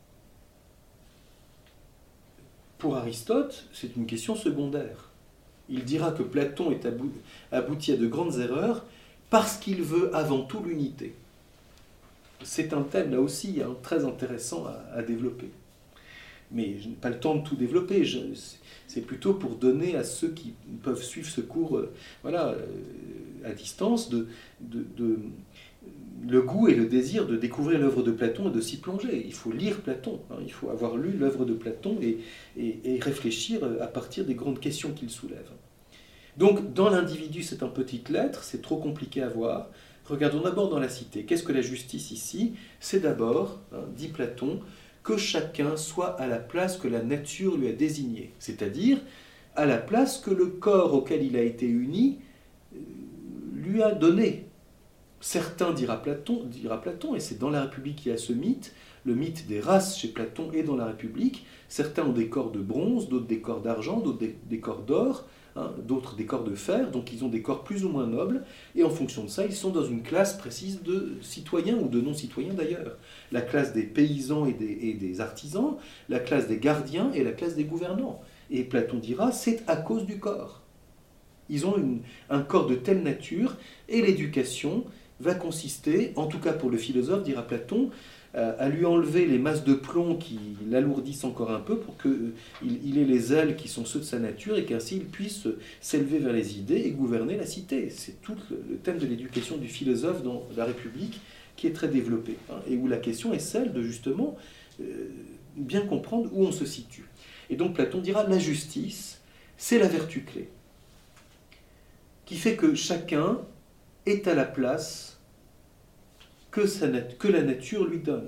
Speaker 2: Pour Aristote, c'est une question secondaire. Il dira que Platon est abouti à de grandes erreurs parce qu'il veut avant tout l'unité. C'est un thème, là aussi, hein, très intéressant à, à développer. Mais je n'ai pas le temps de tout développer. Je, c'est plutôt pour donner à ceux qui peuvent suivre ce cours euh, voilà, euh, à distance de, de, de, le goût et le désir de découvrir l'œuvre de Platon et de s'y plonger. Il faut lire Platon, hein, il faut avoir lu l'œuvre de Platon et, et, et réfléchir à partir des grandes questions qu'il soulève. Donc, dans l'individu, c'est un petite lettre, c'est trop compliqué à voir. Regardons d'abord dans la cité. Qu'est-ce que la justice ici? C'est d'abord, hein, dit Platon, que chacun soit à la place que la nature lui a désignée, c'est-à-dire à la place que le corps auquel il a été uni lui a donnée. Certains, dira Platon, dira Platon, et c'est dans la République qu'il y a ce mythe, le mythe des races chez Platon et dans la République, certains ont des corps de bronze, d'autres des corps d'argent, d'autres des, des corps d'or, hein, d'autres des corps de fer, donc ils ont des corps plus ou moins nobles, et en fonction de ça, ils sont dans une classe précise de citoyens ou de non-citoyens d'ailleurs. La classe des paysans et des, et des artisans, la classe des gardiens et la classe des gouvernants. Et Platon dira, c'est à cause du corps. Ils ont une, un corps de telle nature, et l'éducation va consister, en tout cas pour le philosophe, dira Platon, à lui enlever les masses de plomb qui l'alourdissent encore un peu pour qu'il il ait les ailes qui sont ceux de sa nature et qu'ainsi il puisse s'élever vers les idées et gouverner la cité. C'est tout le thème de l'éducation du philosophe dans la République qui est très développé, hein, et où la question est celle de justement euh, bien comprendre où on se situe. Et donc Platon dira la justice, c'est la vertu clé, qui fait que chacun est à la place que, sa nat- que la nature lui donne.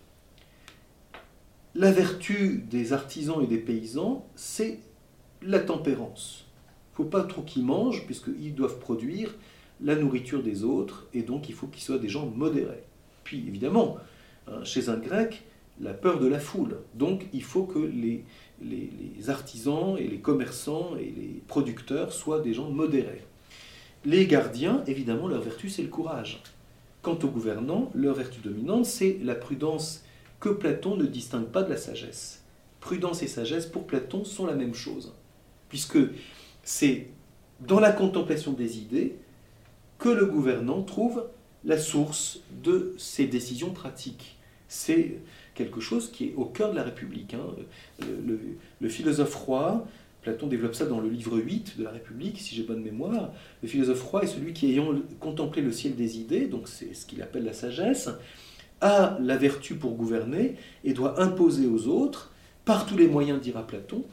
Speaker 2: La vertu des artisans et des paysans, c'est la tempérance. Il ne faut pas trop qu'ils mangent, puisqu'ils doivent produire la nourriture des autres, et donc il faut qu'ils soient des gens modérés. Puis évidemment, hein, chez un grec, la peur de la foule. Donc il faut que les, les, les artisans et les commerçants et les producteurs soient des gens modérés. Les gardiens, évidemment, leur vertu, c'est le courage. Quant aux gouvernants, leur vertu dominante, c'est la prudence que Platon ne distingue pas de la sagesse. Prudence et sagesse, pour Platon, sont la même chose, puisque c'est dans la contemplation des idées que le gouvernant trouve la source de ses décisions pratiques. C'est quelque chose qui est au cœur de la République. Hein. Le, le, le philosophe roi, Platon développe ça dans le livre huit de la République, si j'ai bonne mémoire. Le philosophe roi est celui qui, ayant contemplé le ciel des idées, donc c'est ce qu'il appelle la sagesse, a la vertu pour gouverner et doit imposer aux autres, par tous les moyens, dira Platon,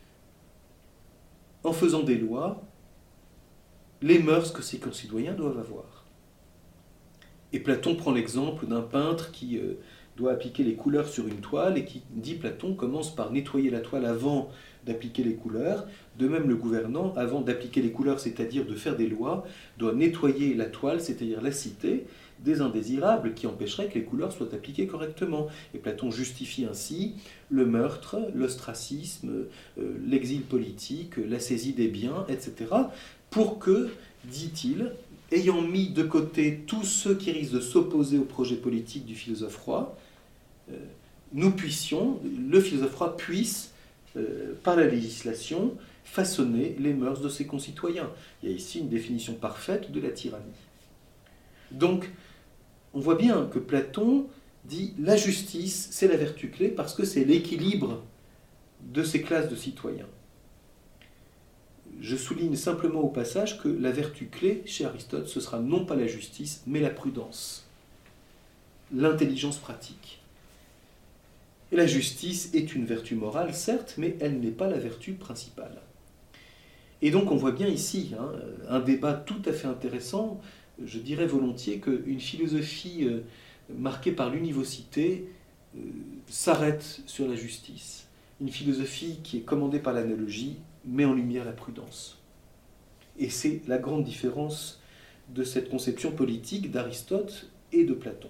Speaker 2: en faisant des lois, les mœurs que ses concitoyens doivent avoir. Et Platon prend l'exemple d'un peintre qui euh, doit appliquer les couleurs sur une toile et qui, dit Platon, commence par nettoyer la toile avant d'appliquer les couleurs. De même, le gouvernant, avant d'appliquer les couleurs, c'est-à-dire de faire des lois, doit nettoyer la toile, c'est-à-dire la cité, des indésirables qui empêcheraient que les couleurs soient appliquées correctement. Et Platon justifie ainsi le meurtre, l'ostracisme, euh, l'exil politique, la saisie des biens, et cetera, pour que, dit-il, ayant mis de côté tous ceux qui risquent de s'opposer au projet politique du philosophe roi, euh, nous puissions, le philosophe roi puisse, euh, par la législation, façonner les mœurs de ses concitoyens. Il y a ici une définition parfaite de la tyrannie. Donc, on voit bien que Platon dit la justice, c'est la vertu clé parce que c'est l'équilibre de ces classes de citoyens. Je souligne simplement au passage que la vertu clé chez Aristote, ce sera non pas la justice, mais la prudence, l'intelligence pratique. Et la justice est une vertu morale, certes, mais elle n'est pas la vertu principale. Et donc on voit bien ici hein, un débat tout à fait intéressant. Je dirais volontiers qu'une philosophie marquée par l'univocité, euh, s'arrête sur la justice. Une philosophie qui est commandée par l'analogie met en lumière la prudence. Et c'est la grande différence de cette conception politique d'Aristote et de Platon.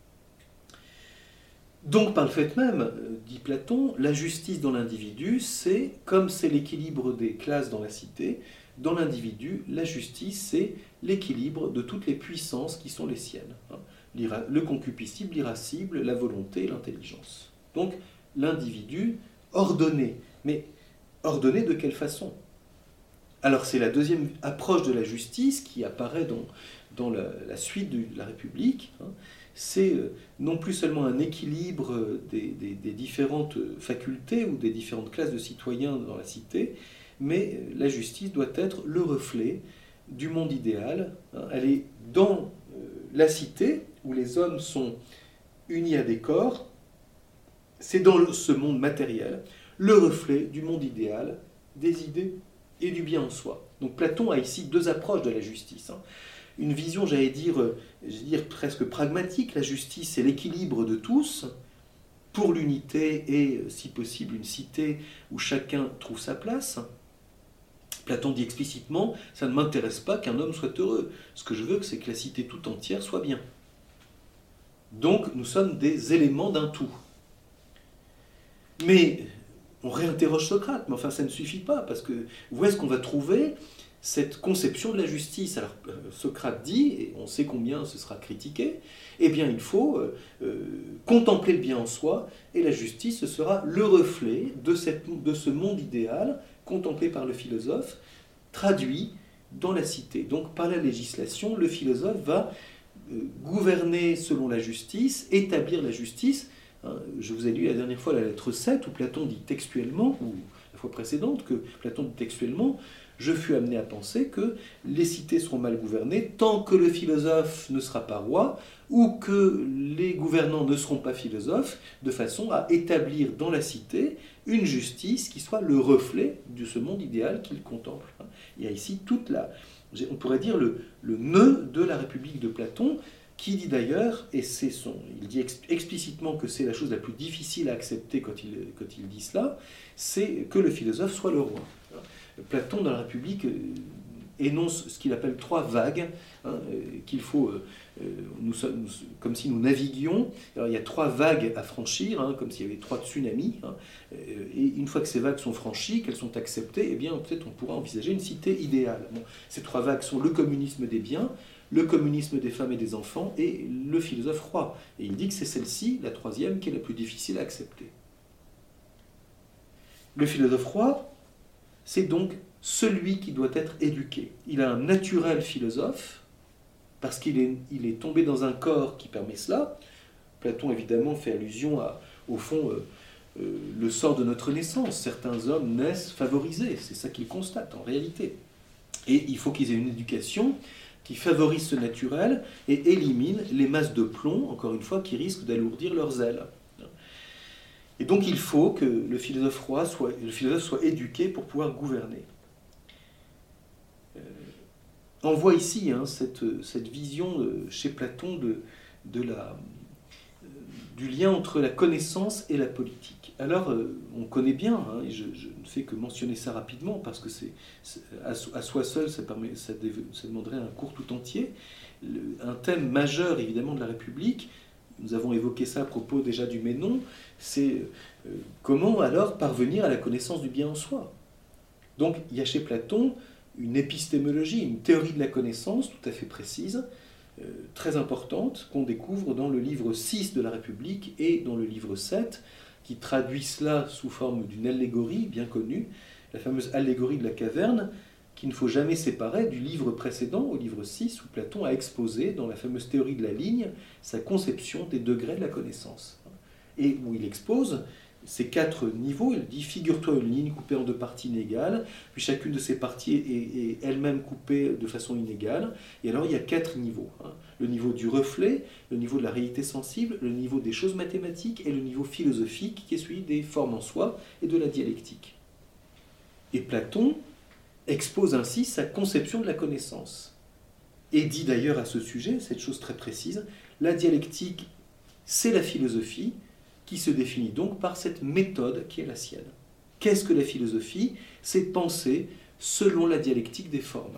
Speaker 2: Donc, par le fait même, dit Platon, la justice dans l'individu, c'est, comme c'est l'équilibre des classes dans la cité, dans l'individu, la justice, c'est l'équilibre de toutes les puissances qui sont les siennes. Le concupiscible, l'irascible, la volonté, l'intelligence. Donc, l'individu ordonné. Mais ordonné de quelle façon? Alors, c'est la deuxième approche de la justice qui apparaît dans, dans la, la suite de la République. Hein. C'est non plus seulement un équilibre des, des, des différentes facultés ou des différentes classes de citoyens dans la cité, mais la justice doit être le reflet du monde idéal. Elle est dans la cité, où les hommes sont unis à des corps, c'est dans ce monde matériel, le reflet du monde idéal, des idées et du bien en soi. Donc Platon a ici deux approches de la justice. Une vision, j'allais dire, j'allais dire presque pragmatique. La justice, c'est l'équilibre de tous pour l'unité et, si possible, une cité où chacun trouve sa place. Platon dit explicitement, ça ne m'intéresse pas qu'un homme soit heureux. Ce que je veux, c'est que la cité tout entière soit bien. Donc, nous sommes des éléments d'un tout. Mais on réinterroge Socrate, mais enfin, ça ne suffit pas, parce que où est-ce qu'on va trouver cette conception de la justice? Alors, Socrate dit, et on sait combien ce sera critiqué, eh bien, il faut euh, euh, contempler le bien en soi, et la justice, ce sera le reflet de, cette, de ce monde idéal, contemplé par le philosophe, traduit dans la cité. Donc, par la législation, le philosophe va euh, gouverner selon la justice, établir la justice. Hein, je vous ai lu la dernière fois la lettre sept, où Platon dit textuellement, ou la fois précédente, que Platon dit textuellement, je fus amené à penser que les cités seront mal gouvernées tant que le philosophe ne sera pas roi ou que les gouvernants ne seront pas philosophes, de façon à établir dans la cité une justice qui soit le reflet de ce monde idéal qu'il contemple. Il y a ici toute la, on pourrait dire le, le nœud de la République de Platon, qui dit d'ailleurs, et c'est son, il dit explicitement que c'est la chose la plus difficile à accepter quand il, quand il dit cela, c'est que le philosophe soit le roi. Platon, dans la République, énonce ce qu'il appelle trois vagues, hein, qu'il faut, euh, nous sommes, nous, comme si nous naviguions. Alors, il y a trois vagues à franchir, hein, comme s'il y avait trois tsunamis. Hein, et une fois que ces vagues sont franchies, qu'elles sont acceptées, eh bien, peut-être on pourra envisager une cité idéale. Bon, ces trois vagues sont le communisme des biens, le communisme des femmes et des enfants, et le philosophe roi. Et il dit que c'est celle-ci, la troisième, qui est la plus difficile à accepter. Le philosophe roi, c'est donc celui qui doit être éduqué. Il a un naturel philosophe, parce qu'il est, il est tombé dans un corps qui permet cela. Platon, évidemment, fait allusion à, au fond, euh, euh, le sort de notre naissance. Certains hommes naissent favorisés, c'est ça qu'il constate en réalité. Et il faut qu'ils aient une éducation qui favorise ce naturel et élimine les masses de plomb, encore une fois, qui risquent d'alourdir leurs ailes. Et donc il faut que le philosophe roi soit, le philosophe soit éduqué pour pouvoir gouverner. Euh, on voit ici hein, cette, cette vision euh, chez Platon de, de la, euh, du lien entre la connaissance et la politique. Alors euh, on connaît bien, hein, et je, je ne fais que mentionner ça rapidement parce que c'est, c'est, à, à soi seul ça, permet, ça, ça demanderait un cours tout entier. Le, un thème majeur évidemment de la République, nous avons évoqué ça à propos déjà du Ménon, c'est euh, comment alors parvenir à la connaissance du bien en soi. Donc il y a chez Platon une épistémologie, une théorie de la connaissance tout à fait précise, euh, très importante, qu'on découvre dans le livre six de la République et dans le livre sept, qui traduit cela sous forme d'une allégorie bien connue, la fameuse allégorie de la caverne, qu'il ne faut jamais séparer du livre précédent, au livre six, où Platon a exposé, dans la fameuse théorie de la ligne, sa conception des degrés de la connaissance. Et où il expose ces quatre niveaux. Il dit « Figure-toi une ligne coupée en deux parties inégales, puis chacune de ces parties est, est elle-même coupée de façon inégale. » Et alors il y a quatre niveaux. Hein. Le niveau du reflet, le niveau de la réalité sensible, le niveau des choses mathématiques et le niveau philosophique, qui est celui des formes en soi et de la dialectique. Et Platon expose ainsi sa conception de la connaissance. Et dit d'ailleurs à ce sujet, cette chose très précise, la dialectique C'est la philosophie qui se définit donc par cette méthode qui est la sienne. Qu'est-ce que la philosophie? C'est penser selon la dialectique des formes.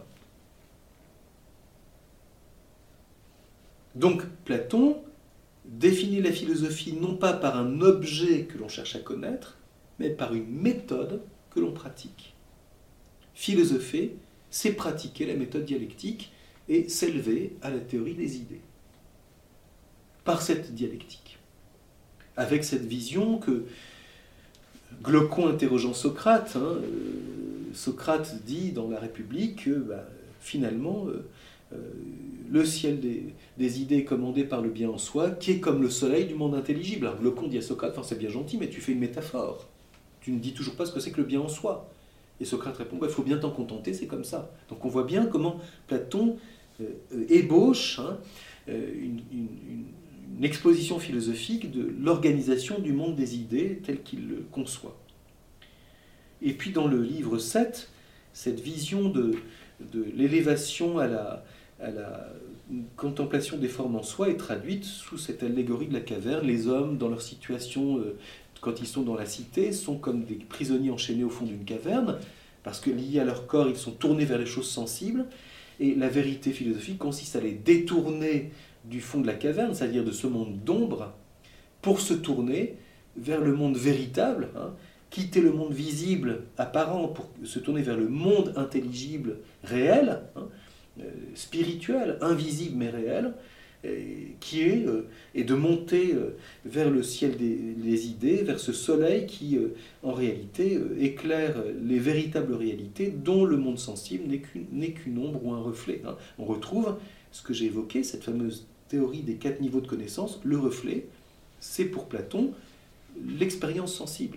Speaker 2: Donc Platon définit la philosophie non pas par un objet que l'on cherche à connaître, mais par une méthode que l'on pratique. Philosopher, c'est pratiquer la méthode dialectique et s'élever à la théorie des idées. Par cette dialectique. Avec cette vision que Glaucon interrogeant Socrate, hein, euh, Socrate dit dans La République que bah, finalement euh, euh, le ciel des, des idées est commandé par le bien en soi, qui est comme le soleil du monde intelligible. Alors Glaucon dit à Socrate, enfin, c'est bien gentil, mais tu fais une métaphore. Tu ne dis toujours pas ce que c'est que le bien en soi. Et Socrate répond, il bah, faut bien t'en contenter, c'est comme ça. Donc on voit bien comment Platon euh, ébauche hein, une, une, une une exposition philosophique de l'organisation du monde des idées tel qu'il le conçoit. Et puis dans le livre sept, cette vision de, de l'élévation à la, à la contemplation des formes en soi est traduite sous cette allégorie de la caverne. Les hommes, dans leur situation, euh, quand ils sont dans la cité, sont comme des prisonniers enchaînés au fond d'une caverne, parce que liés à leur corps, ils sont tournés vers les choses sensibles, et la vérité philosophique consiste à les détourner du fond de la caverne, c'est-à-dire de ce monde d'ombre, pour se tourner vers le monde véritable, hein, quitter le monde visible, apparent, pour se tourner vers le monde intelligible, réel, hein, euh, spirituel, invisible mais réel, et, qui est, euh, et de monter euh, vers le ciel des, des idées, vers ce soleil qui, euh, en réalité, euh, éclaire les véritables réalités dont le monde sensible n'est qu'une, n'est qu'une ombre ou un reflet. Hein. On retrouve ce que j'ai évoqué, cette fameuse théorie des quatre niveaux de connaissance, le reflet, c'est pour Platon l'expérience sensible.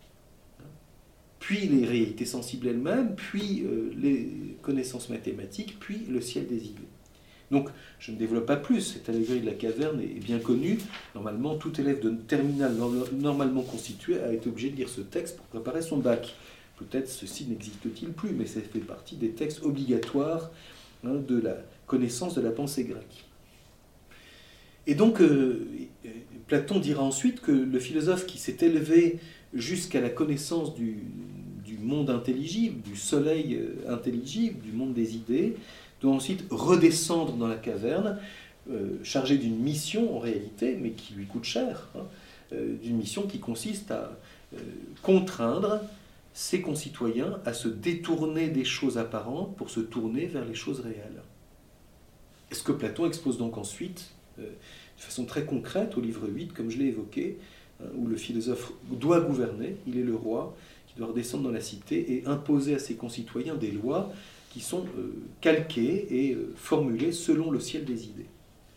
Speaker 2: Puis les réalités sensibles elles-mêmes, puis euh, les connaissances mathématiques, puis le ciel des idées. Donc, je ne développe pas plus, cette allégorie de la caverne est bien connue. Normalement, tout élève de terminale normalement constitué a été obligé de lire ce texte pour préparer son bac. Peut-être ceci n'existe-t-il plus, mais ça fait partie des textes obligatoires hein, de la connaissance de la pensée grecque. Et donc, euh, Platon dira ensuite que le philosophe qui s'est élevé jusqu'à la connaissance du, du monde intelligible, du soleil intelligible, du monde des idées, doit ensuite redescendre dans la caverne, euh, chargé d'une mission en réalité, mais qui lui coûte cher, hein, euh, d'une mission qui consiste à euh, contraindre ses concitoyens à se détourner des choses apparentes pour se tourner vers les choses réelles. Et ce que Platon expose donc ensuite, euh, de façon très concrète, au livre huit, comme je l'ai évoqué, hein, où le philosophe doit gouverner, il est le roi, qui doit redescendre dans la cité et imposer à ses concitoyens des lois qui sont euh, calquées et euh, formulées selon le ciel des idées.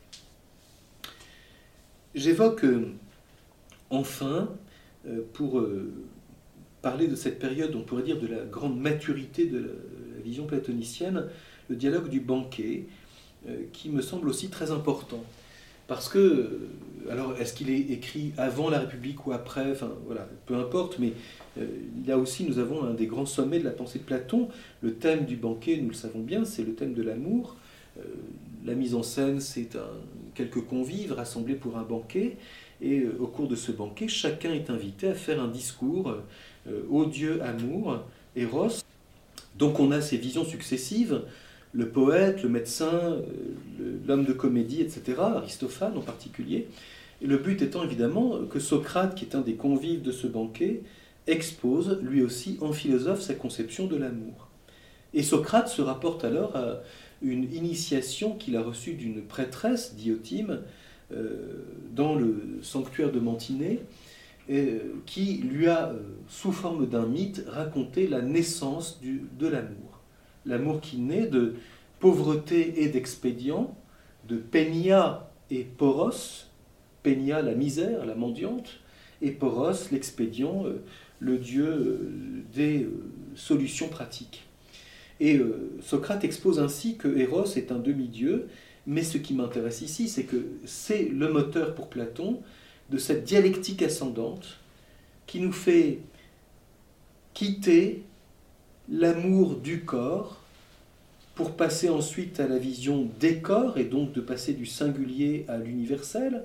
Speaker 2: J'évoque euh, enfin, euh, pour euh, parler de cette période, on pourrait dire de la grande maturité de la, la vision platonicienne, le dialogue du banquet, euh, qui me semble aussi très important. Parce que, alors, est-ce qu'il est écrit avant la République ou après? Enfin, voilà, peu importe, mais euh, là aussi, nous avons un des grands sommets de la pensée de Platon. Le thème du banquet, nous le savons bien, c'est le thème de l'amour. Euh, la mise en scène, c'est un, quelques convives rassemblés pour un banquet. Et euh, au cours de ce banquet, chacun est invité à faire un discours euh, au dieu amour, Eros. Donc on a ces visions successives. Le poète, le médecin, l'homme de comédie, et cetera, Aristophane en particulier. Et le but étant évidemment que Socrate, qui est un des convives de ce banquet, expose lui aussi en philosophe sa conception de l'amour. Et Socrate se rapporte alors à une initiation qu'il a reçue d'une prêtresse, Diotime, euh, dans le sanctuaire de Mantinée, et, euh, qui lui a, euh, sous forme d'un mythe, raconté la naissance du, de l'amour. L'amour qui naît de pauvreté et d'expédient, de peña et poros, peña la misère, la mendiante, et poros l'expédient, le dieu des solutions pratiques. Et Socrate expose ainsi que Eros est un demi-dieu, mais ce qui m'intéresse ici, c'est que c'est le moteur pour Platon de cette dialectique ascendante qui nous fait quitter l'amour du corps pour passer ensuite à la vision des corps et donc de passer du singulier à l'universel,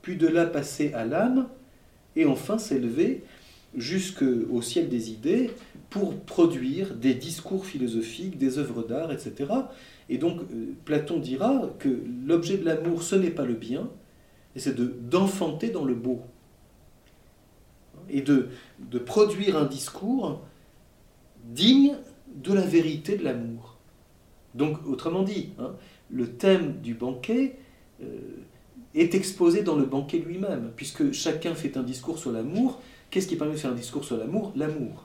Speaker 2: puis de là passer à l'âme, et enfin s'élever jusqu'au ciel des idées pour produire des discours philosophiques, des œuvres d'art, et cetera. Et donc Platon dira que l'objet de l'amour, ce n'est pas le bien, et c'est de, d'enfanter dans le beau, et de, de produire un discours digne de la vérité de l'amour. Donc, autrement dit, hein, le thème du banquet euh, est exposé dans le banquet lui-même, puisque chacun fait un discours sur l'amour. Qu'est-ce qui permet de faire un discours sur l'amour ? L'amour.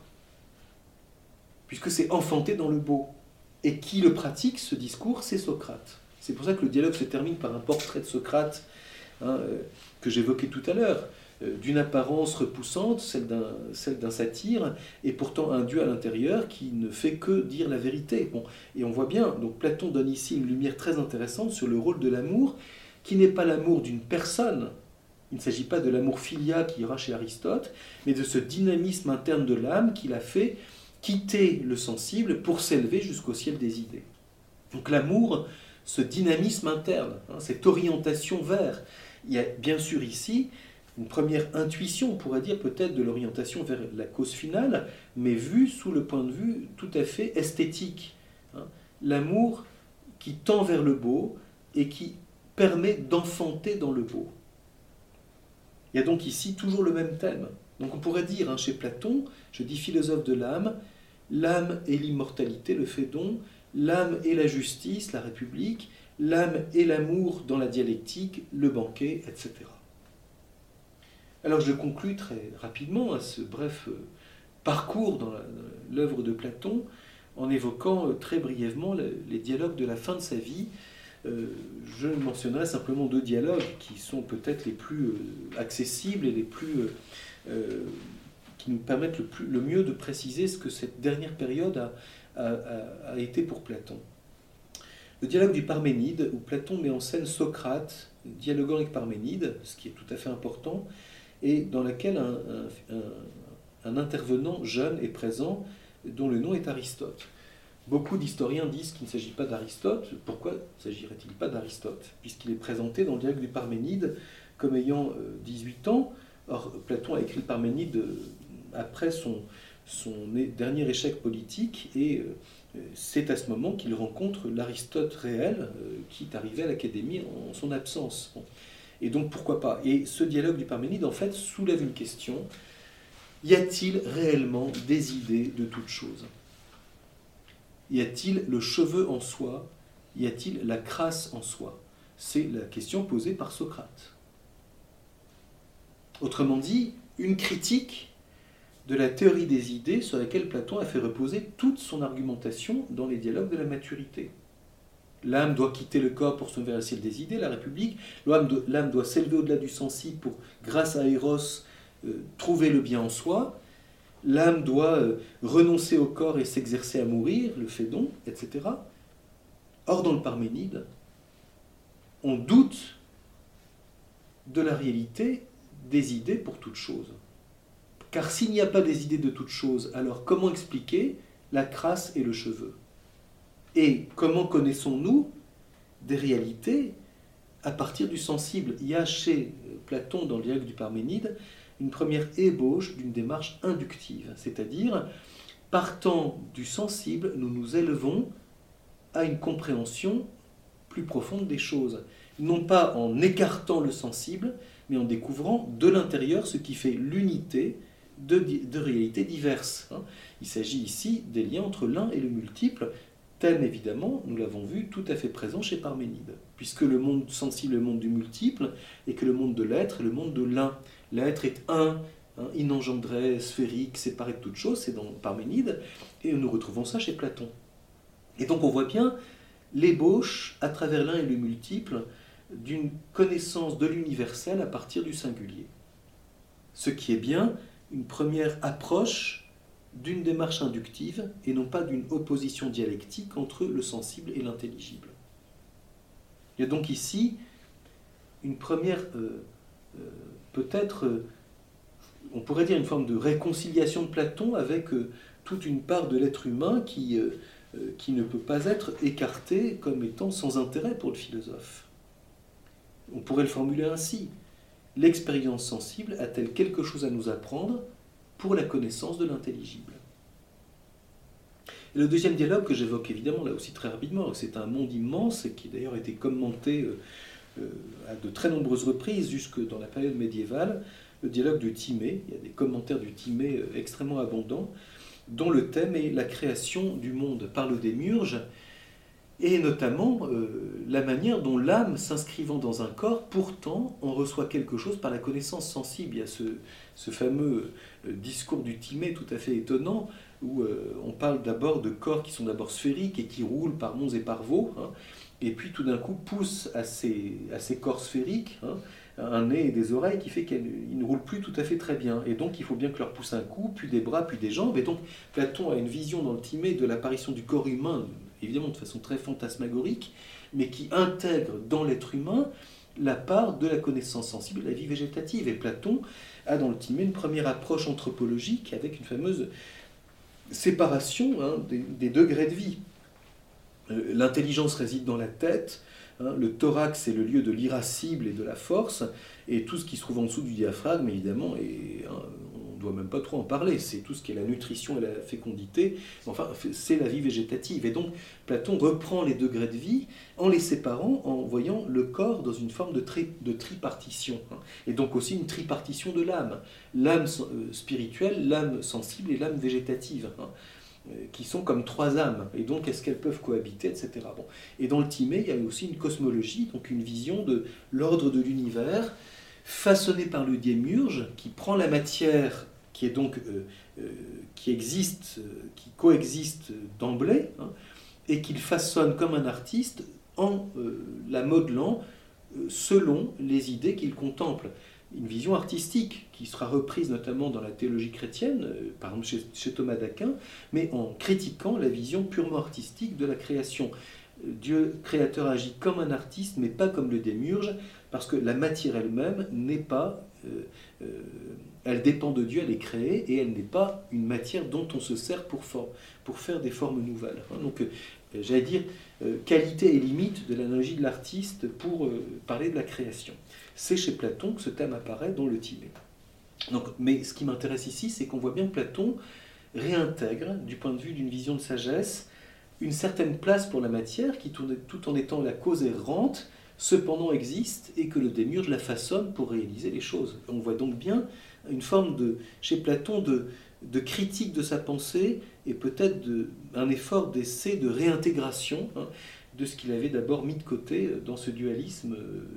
Speaker 2: Puisque c'est enfanté dans le beau. Et qui le pratique, ce discours ? C'est Socrate. C'est pour ça que le dialogue se termine par un portrait de Socrate, hein, euh, que j'évoquais tout à l'heure, euh, d'une apparence repoussante, celle d'un, celle d'un satyre, et pourtant un dieu à l'intérieur qui ne fait que dire la vérité. Bon, et on voit bien, donc Platon donne ici une lumière très intéressante sur le rôle de l'amour, qui n'est pas l'amour d'une personne. Il ne s'agit pas de l'amour filia qui ira chez Aristote, mais de ce dynamisme interne de l'âme qui l'a fait quitter le sensible pour s'élever jusqu'au ciel des idées. Donc l'amour, ce dynamisme interne, hein, cette orientation vers. Il y a bien sûr ici une première intuition, on pourrait dire peut-être, de l'orientation vers la cause finale, mais vue sous le point de vue tout à fait esthétique. Hein. L'amour qui tend vers le beau et qui permet d'enfanter dans le beau. Il y a donc ici toujours le même thème. Donc on pourrait dire, hein, chez Platon, je dis philosophe de l'âme, l'âme et l'immortalité, le Phédon, l'âme et la justice, la République, l'âme et l'amour dans la dialectique, le banquet, et cetera. Alors je conclus très rapidement à ce bref parcours dans, la, dans l'œuvre de Platon en évoquant très brièvement les dialogues de la fin de sa vie. Euh, je mentionnerai simplement deux dialogues qui sont peut-être les plus euh, accessibles et les plus, euh, euh, qui nous permettent le, plus, le mieux de préciser ce que cette dernière période a, a, a, a été pour Platon. Le dialogue du Parménide, où Platon met en scène Socrate dialoguant avec Parménide, ce qui est tout à fait important, et dans laquelle un, un, un, un intervenant jeune est présent, dont le nom est Aristote. Beaucoup d'historiens disent qu'il ne s'agit pas d'Aristote. Pourquoi ne s'agirait-il pas d'Aristote ? Puisqu'il est présenté dans le dialogue du Parménide comme ayant dix-huit ans. Or, Platon a écrit le Parménide après son, son dernier échec politique, et c'est à ce moment qu'il rencontre l'Aristote réel qui est arrivé à l'Académie en son absence. Bon. Et donc, pourquoi pas ? Et ce dialogue du Parménide, en fait, soulève une question. Y a-t-il réellement des idées de toute chose ? Y a-t-il le cheveu en soi ? Y a-t-il la crasse en soi ? C'est la question posée par Socrate. Autrement dit, une critique de la théorie des idées sur laquelle Platon a fait reposer toute son argumentation dans les dialogues de la maturité. L'âme doit quitter le corps pour se vers le ciel des idées, la République. L'âme doit s'élever au-delà du sensible pour, grâce à Eros, euh, trouver le bien en soi. L'âme doit euh, renoncer au corps et s'exercer à mourir, le Phédon, et cetera. Or, dans le Parménide, on doute de la réalité des idées pour toute chose. Car s'il n'y a pas des idées de toute chose, alors comment expliquer la crasse et le cheveu ? Et comment connaissons-nous des réalités à partir du sensible ? Il y a chez Platon, dans le dialogue du Parménide, une première ébauche d'une démarche inductive, c'est-à-dire, partant du sensible, nous nous élevons à une compréhension plus profonde des choses. Non pas en écartant le sensible, mais en découvrant de l'intérieur ce qui fait l'unité de, de réalités diverses. Il s'agit ici des liens entre l'un et le multiple, tel évidemment, nous l'avons vu, tout à fait présent chez Parménide, puisque le monde sensible est le monde du multiple, et que le monde de l'être est le monde de l'un. L'être est un, hein, inengendré, sphérique, séparé de toute chose, c'est dans Parménide, et nous retrouvons ça chez Platon. Et donc on voit bien l'ébauche, à travers l'un et le multiple, d'une connaissance de l'universel à partir du singulier. Ce qui est bien une première approche d'une démarche inductive et non pas d'une opposition dialectique entre le sensible et l'intelligible. Il y a donc ici une première, euh, euh, peut-être, euh, on pourrait dire une forme de réconciliation de Platon avec euh, toute une part de l'être humain qui, euh, euh, qui ne peut pas être écartée comme étant sans intérêt pour le philosophe. On pourrait le formuler ainsi. l'expérience sensible a-t-elle quelque chose à nous apprendre pour la connaissance de l'intelligible? Et le deuxième dialogue que j'évoque évidemment là aussi très rapidement, c'est un monde immense et qui d'ailleurs a été commenté euh, euh, à de très nombreuses reprises jusque dans la période médiévale, le dialogue du Timée. Il y a des commentaires du Timée euh, extrêmement abondants, dont le thème est la création du monde par le démiurge, et notamment euh, la manière dont l'âme, s'inscrivant dans un corps, pourtant en reçoit quelque chose par la connaissance sensible. Il y a ce, ce fameux euh, discours du Timée tout à fait étonnant, où euh, on parle d'abord de corps qui sont d'abord sphériques et qui roulent par monts et par vaux, hein, et puis tout d'un coup poussent à ces, à ces corps sphériques hein, un nez et des oreilles qui fait qu'ils ne roulent plus tout à fait très bien. Et donc il faut bien que leur pousse un cou, puis des bras, puis des jambes. Et donc Platon a une vision dans le Timée de l'apparition du corps humain, évidemment de façon très fantasmagorique, mais qui intègre dans l'être humain la part de la connaissance sensible de la vie végétative. Et Platon a dans le Timée une première approche anthropologique avec une fameuse séparation hein, des, des degrés de vie. Euh, l'intelligence réside dans la tête, hein, le thorax est le lieu de l'irascible et de la force, et tout ce qui se trouve en dessous du diaphragme, évidemment, et, hein, on ne doit même pas trop en parler, c'est tout ce qui est la nutrition et la fécondité, enfin, c'est la vie végétative. Et donc, Platon reprend les degrés de vie en les séparant, en voyant le corps dans une forme de, tri, de tripartition, hein, et donc aussi une tripartition de l'âme, l'âme spirituelle, l'âme sensible et l'âme végétative, hein, qui sont comme trois âmes, et donc est-ce qu'elles peuvent cohabiter, et cetera. Bon. Et dans le Timée, il y a aussi une cosmologie, donc une vision de l'ordre de l'univers, façonnée par le démiurge, qui prend la matière qui est donc euh, euh, qui existe, euh, qui coexiste d'emblée, hein, et qu'il façonne comme un artiste en euh, la modelant euh, selon les idées qu'il contemple. Une vision artistique qui sera reprise notamment dans la théologie chrétienne, euh, par exemple chez, chez Thomas d'Aquin, mais en critiquant la vision purement artistique de la création. Dieu créateur agit comme un artiste, mais pas comme le démiurge, parce que la matière elle-même n'est pas... Euh, euh, elle dépend de Dieu, elle est créée, et elle n'est pas une matière dont on se sert pour, for- pour faire des formes nouvelles. Hein. Donc, euh, j'allais dire, euh, qualité et limite de l'analogie de l'artiste pour euh, parler de la création. C'est chez Platon que ce thème apparaît dans le Timée. Donc, mais ce qui m'intéresse ici, c'est qu'on voit bien que Platon réintègre, du point de vue d'une vision de sagesse, une certaine place pour la matière qui, tout en étant la cause errante, cependant existe et que le démiurge la façonne pour réaliser les choses. On voit donc bien une forme de, chez Platon de, de critique de sa pensée et peut-être de, un effort d'essai de réintégration hein, de ce qu'il avait d'abord mis de côté dans ce dualisme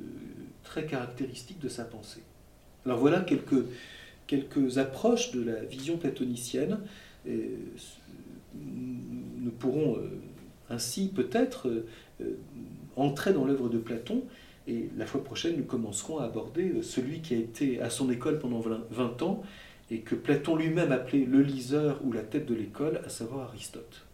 Speaker 2: très caractéristique de sa pensée. Alors voilà quelques, quelques approches de la vision platonicienne. Et nous pourrons ainsi peut-être entrer dans l'œuvre de Platon, et la fois prochaine nous commencerons à aborder celui qui a été à son école pendant vingt ans et que Platon lui-même appelait le liseur ou la tête de l'école, à savoir Aristote.